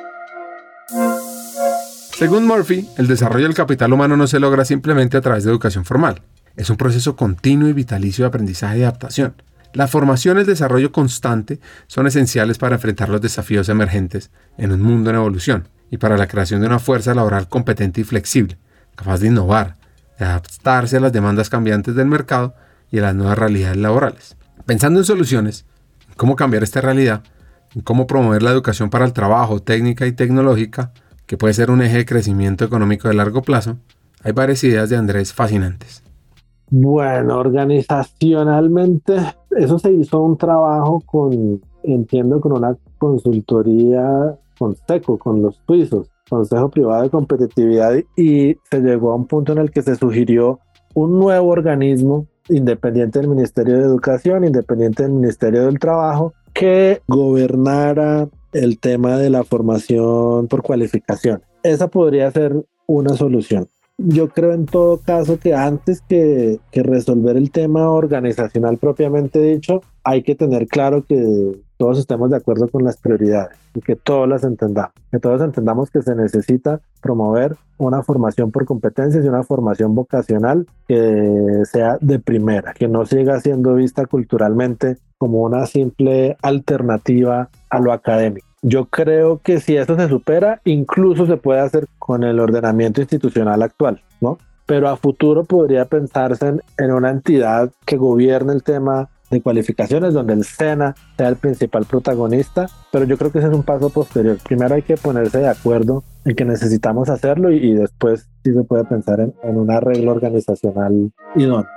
Según Murphy, el desarrollo del capital humano no se logra simplemente a través de educación formal. Es un proceso continuo y vitalicio de aprendizaje y adaptación. La formación y el desarrollo constante son esenciales para enfrentar los desafíos emergentes en un mundo en evolución y para la creación de una fuerza laboral competente y flexible, capaz de innovar, de adaptarse a las demandas cambiantes del mercado y a las nuevas realidades laborales. Pensando en soluciones, en cómo cambiar esta realidad, en cómo promover la educación para el trabajo, técnica y tecnológica, que puede ser un eje de crecimiento económico de largo plazo, hay varias ideas de Andrés fascinantes. Bueno, organizacionalmente, eso se hizo un trabajo con, entiendo, con una consultoría con SECO, con los suizos, Consejo Privado de Competitividad, y se llegó a un punto en el que se sugirió un nuevo organismo independiente del Ministerio de Educación, independiente del Ministerio del Trabajo, que gobernara el tema de la formación por cualificación. Esa podría ser una solución. Yo creo en todo caso que antes que, que resolver el tema organizacional propiamente dicho, hay que tener claro que todos estemos de acuerdo con las prioridades y que todos las entendamos, que todos entendamos que se necesita promover una formación por competencias y una formación vocacional que sea de primera, que no siga siendo vista culturalmente como una simple alternativa a lo académico. Yo creo que si eso se supera, incluso se puede hacer con el ordenamiento institucional actual, ¿no? Pero a futuro podría pensarse en, en una entidad que gobierne el tema de cualificaciones, donde el SENA sea el principal protagonista, pero yo creo que ese es un paso posterior. Primero hay que ponerse de acuerdo en que necesitamos hacerlo y, y después sí se puede pensar en, en un arreglo organizacional idóneo.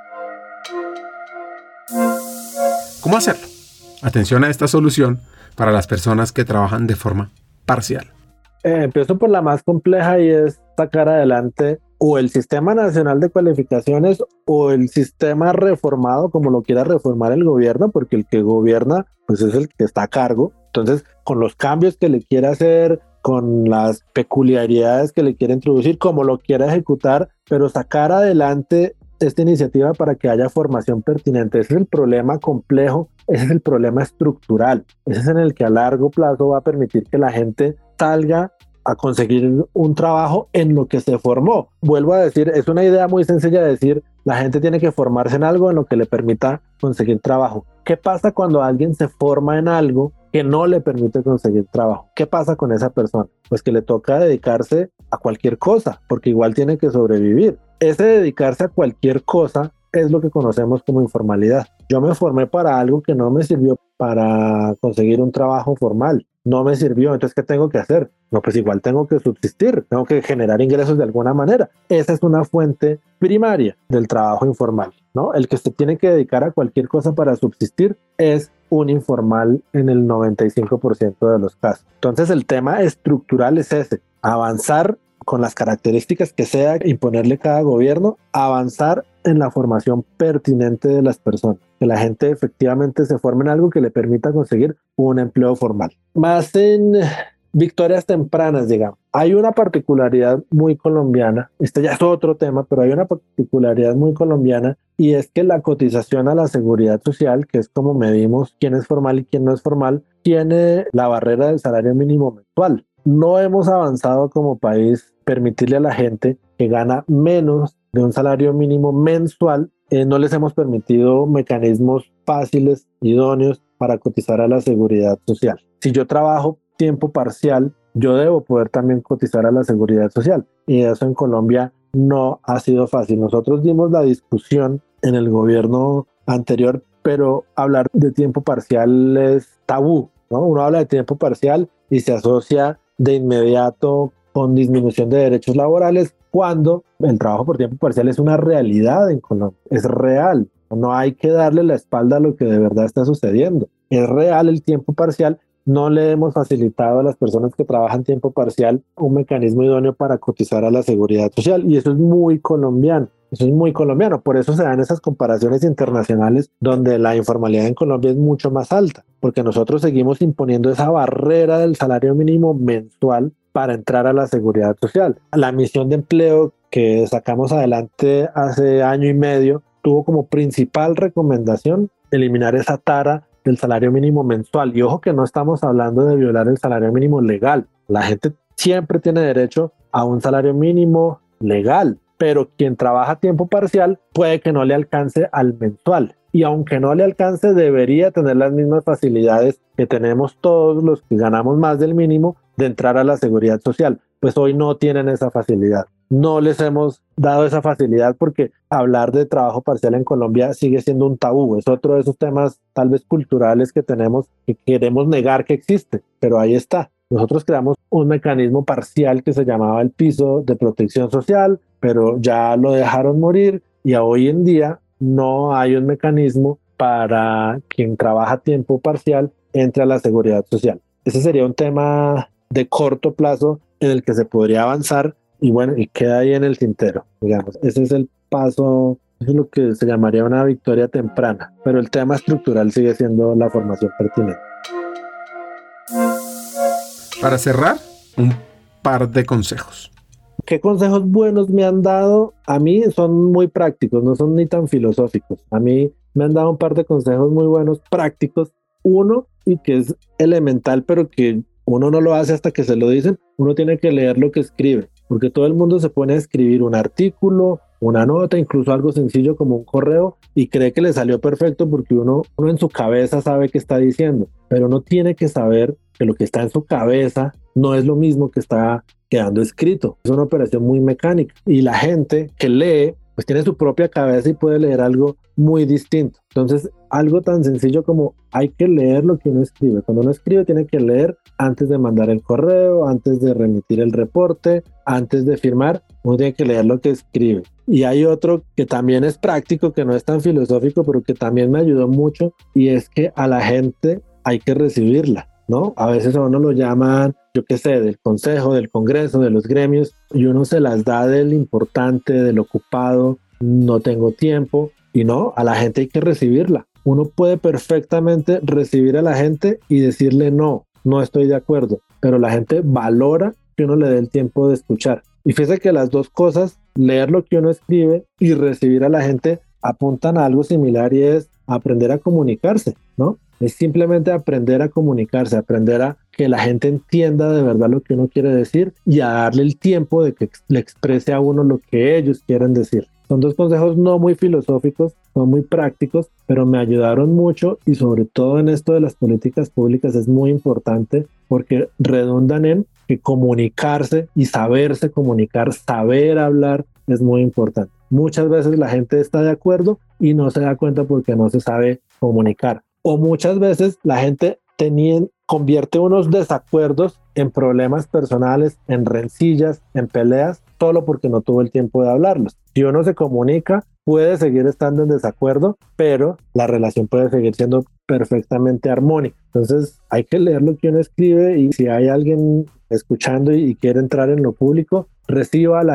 ¿Cómo hacerlo? Atención a esta solución para las personas que trabajan de forma parcial. Eh, empiezo por la más compleja y es sacar adelante o el Sistema Nacional de Cualificaciones o el sistema reformado, como lo quiera reformar el gobierno, porque el que gobierna pues es el que está a cargo. Entonces, con los cambios que le quiera hacer, con las peculiaridades que le quiera introducir, como lo quiera ejecutar, pero sacar adelante esta iniciativa para que haya formación pertinente. Ese es el problema complejo, ese es el problema estructural, ese es en el que a largo plazo va a permitir que la gente salga a conseguir un trabajo en lo que se formó. Vuelvo a decir, es una idea muy sencilla de decir, la gente tiene que formarse en algo en lo que le permita conseguir trabajo. ¿Qué pasa cuando alguien se forma en algo que no le permite conseguir trabajo? ¿Qué pasa con esa persona? Pues que le toca dedicarse a cualquier cosa, porque igual tiene que sobrevivir. Ese dedicarse a cualquier cosa es lo que conocemos como informalidad. Yo me formé para algo que no me sirvió para conseguir un trabajo formal. No me sirvió, entonces ¿qué tengo que hacer? No, pues igual tengo que subsistir, tengo que generar ingresos de alguna manera. Esa es una fuente primaria del trabajo informal, ¿no? El que se tiene que dedicar a cualquier cosa para subsistir es un informal en el noventa y cinco por ciento de los casos. Entonces el tema estructural es ese, avanzar con las características que sea imponerle cada gobierno, avanzar en la formación pertinente de las personas, que la gente efectivamente se forme en algo que le permita conseguir un empleo formal. Más en victorias tempranas, digamos. Hay una particularidad muy colombiana, este ya es otro tema, pero hay una particularidad muy colombiana y es que la cotización a la seguridad social, que es como medimos quién es formal y quién no es formal, tiene la barrera del salario mínimo mensual. No hemos avanzado como país permitirle a la gente que gana menos de un salario mínimo mensual, eh, no les hemos permitido mecanismos fáciles, idóneos para cotizar a la seguridad social. Si yo trabajo tiempo parcial, yo debo poder también cotizar a la seguridad social y eso en Colombia no ha sido fácil. Nosotros dimos la discusión en el gobierno anterior, pero hablar de tiempo parcial es tabú, ¿no? Uno habla de tiempo parcial y se asocia de inmediato con disminución de derechos laborales cuando el trabajo por tiempo parcial es una realidad en Colombia, es real. No hay que darle la espalda a lo que de verdad está sucediendo. Es real el tiempo parcial. No le hemos facilitado a las personas que trabajan tiempo parcial un mecanismo idóneo para cotizar a la seguridad social y eso es muy colombiano. Eso es muy colombiano, por eso se dan esas comparaciones internacionales donde la informalidad en Colombia es mucho más alta, porque nosotros seguimos imponiendo esa barrera del salario mínimo mensual para entrar a la seguridad social. La misión de empleo que sacamos adelante hace año y medio tuvo como principal recomendación eliminar esa tara del salario mínimo mensual. Y ojo que no estamos hablando de violar el salario mínimo legal. La gente siempre tiene derecho a un salario mínimo legal, pero quien trabaja a tiempo parcial puede que no le alcance al mensual. Y aunque no le alcance, debería tener las mismas facilidades que tenemos todos los que ganamos más del mínimo de entrar a la seguridad social. Pues hoy no tienen esa facilidad. No les hemos dado esa facilidad porque hablar de trabajo parcial en Colombia sigue siendo un tabú. Es otro de esos temas tal vez culturales que tenemos que queremos negar que existe, pero ahí está. Nosotros creamos un mecanismo parcial que se llamaba el piso de protección social, pero ya lo dejaron morir y hoy en día no hay un mecanismo para quien trabaja a tiempo parcial entre a la seguridad social. Ese sería un tema de corto plazo en el que se podría avanzar y bueno, y queda ahí en el tintero, digamos. Ese es el paso, es lo que se llamaría una victoria temprana, pero el tema estructural sigue siendo la formación pertinente. Para cerrar, un par de consejos. ¿Qué consejos buenos me han dado? A mí son muy prácticos, no son ni tan filosóficos. A mí me han dado un par de consejos muy buenos, prácticos. Uno, y que es elemental, pero que uno no lo hace hasta que se lo dicen, uno tiene que leer lo que escribe, porque todo el mundo se pone a escribir un artículo, una nota, incluso algo sencillo como un correo y cree que le salió perfecto porque uno, uno en su cabeza sabe qué está diciendo, pero uno tiene que saber que lo que está en su cabeza no es lo mismo que está quedando escrito. Es una operación muy mecánica y la gente que lee pues tiene su propia cabeza y puede leer algo muy distinto. Entonces, algo tan sencillo como hay que leer lo que uno escribe. Cuando uno escribe tiene que leer antes de mandar el correo, antes de remitir el reporte, antes de firmar, uno tiene que leer lo que escribe. Y hay otro que también es práctico, que no es tan filosófico, pero que también me ayudó mucho y es que a la gente hay que recibirla, ¿no? A veces a uno lo llaman, yo qué sé, del consejo, del congreso, de los gremios, y uno se las da del importante, del ocupado, no tengo tiempo, y no, a la gente hay que recibirla. Uno puede perfectamente recibir a la gente y decirle no, no estoy de acuerdo, pero la gente valora que uno le dé el tiempo de escuchar. Y fíjese que las dos cosas, leer lo que uno escribe y recibir a la gente, apuntan a algo similar y es aprender a comunicarse, ¿no? Es simplemente aprender a comunicarse, aprender a que la gente entienda de verdad lo que uno quiere decir y a darle el tiempo de que le exprese a uno lo que ellos quieren decir. Son dos consejos no muy filosóficos, son muy prácticos, pero me ayudaron mucho y sobre todo en esto de las políticas públicas es muy importante porque redundan en que comunicarse y saberse comunicar, saber hablar es muy importante. Muchas veces la gente está de acuerdo y no se da cuenta porque no se sabe comunicar. O muchas veces la gente tenía, convierte unos desacuerdos en problemas personales, en rencillas, en peleas, solo porque no tuvo el tiempo de hablarlos. Si uno se comunica, puede seguir estando en desacuerdo, pero la relación puede seguir siendo perfectamente armónica. Entonces hay que leer lo que uno escribe y si hay alguien escuchando y quiere entrar en lo público, reciba a la gente,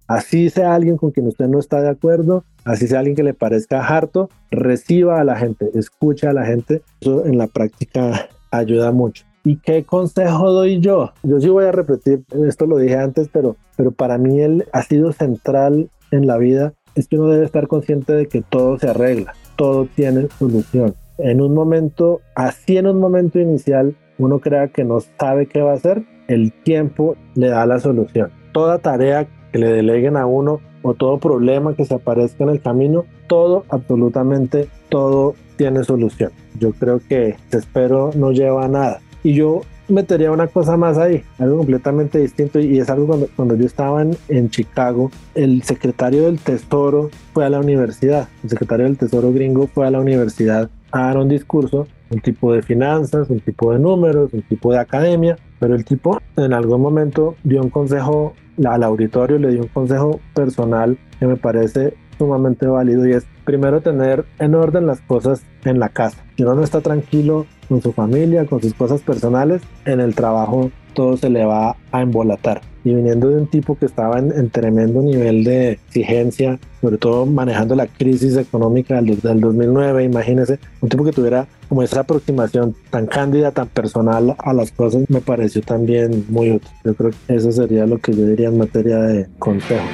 Así sea alguien con quien usted no está de acuerdo, así sea alguien que le parezca harto, reciba a la gente, escucha a la gente. Eso en la práctica ayuda mucho. ¿Y qué consejo doy yo? Yo sí voy a repetir, esto lo dije antes, pero, pero para mí él ha sido central en la vida. Es que uno debe estar consciente de que todo se arregla, todo tiene solución. En un momento, así en un momento inicial, uno crea que no sabe qué va a hacer, el tiempo le da la solución. Toda tarea que le deleguen a uno o todo problema que se aparezca en el camino, todo, absolutamente todo tiene solución. Yo creo que desespero no lleva a nada. Y yo metería una cosa más ahí, algo completamente distinto, y es algo cuando, cuando yo estaba en, en Chicago, el secretario del Tesoro fue a la universidad, el secretario del Tesoro gringo fue a la universidad a dar un discurso, un tipo de finanzas, un tipo de números, un tipo de academia, pero el tipo en algún momento dio un consejo al auditorio, le dio un consejo personal que me parece sumamente válido, y es primero tener en orden las cosas en la casa. Si uno no está tranquilo con su familia, con sus cosas personales, en el trabajo todo se le va a embolatar. Y viniendo de un tipo que estaba en, en tremendo nivel de exigencia, sobre todo manejando la crisis económica del, del dos mil nueve, imagínese, un tipo que tuviera como esa aproximación tan cándida, tan personal a las cosas, me pareció también muy útil. Yo creo que eso sería lo que yo diría en materia de consejo.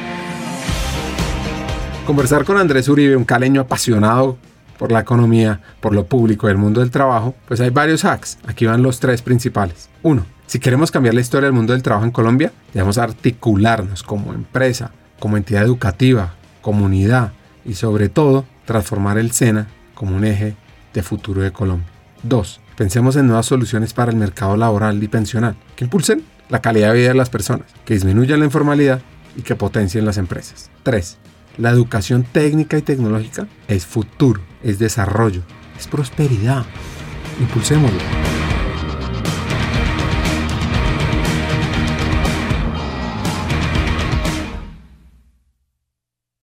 Conversar con Andrés Uribe, un caleño apasionado por la economía, por lo público y el mundo del trabajo, pues hay varios hacks. Aquí van los tres principales. Uno, si queremos cambiar la historia del mundo del trabajo en Colombia, debemos articularnos como empresa, como entidad educativa, comunidad y sobre todo transformar el SENA como un eje de futuro de Colombia. Dos, pensemos en nuevas soluciones para el mercado laboral y pensional que impulsen la calidad de vida de las personas, que disminuyan la informalidad y que potencien las empresas. Tres, la educación técnica y tecnológica es futuro, es desarrollo, es prosperidad. Impulsémoslo.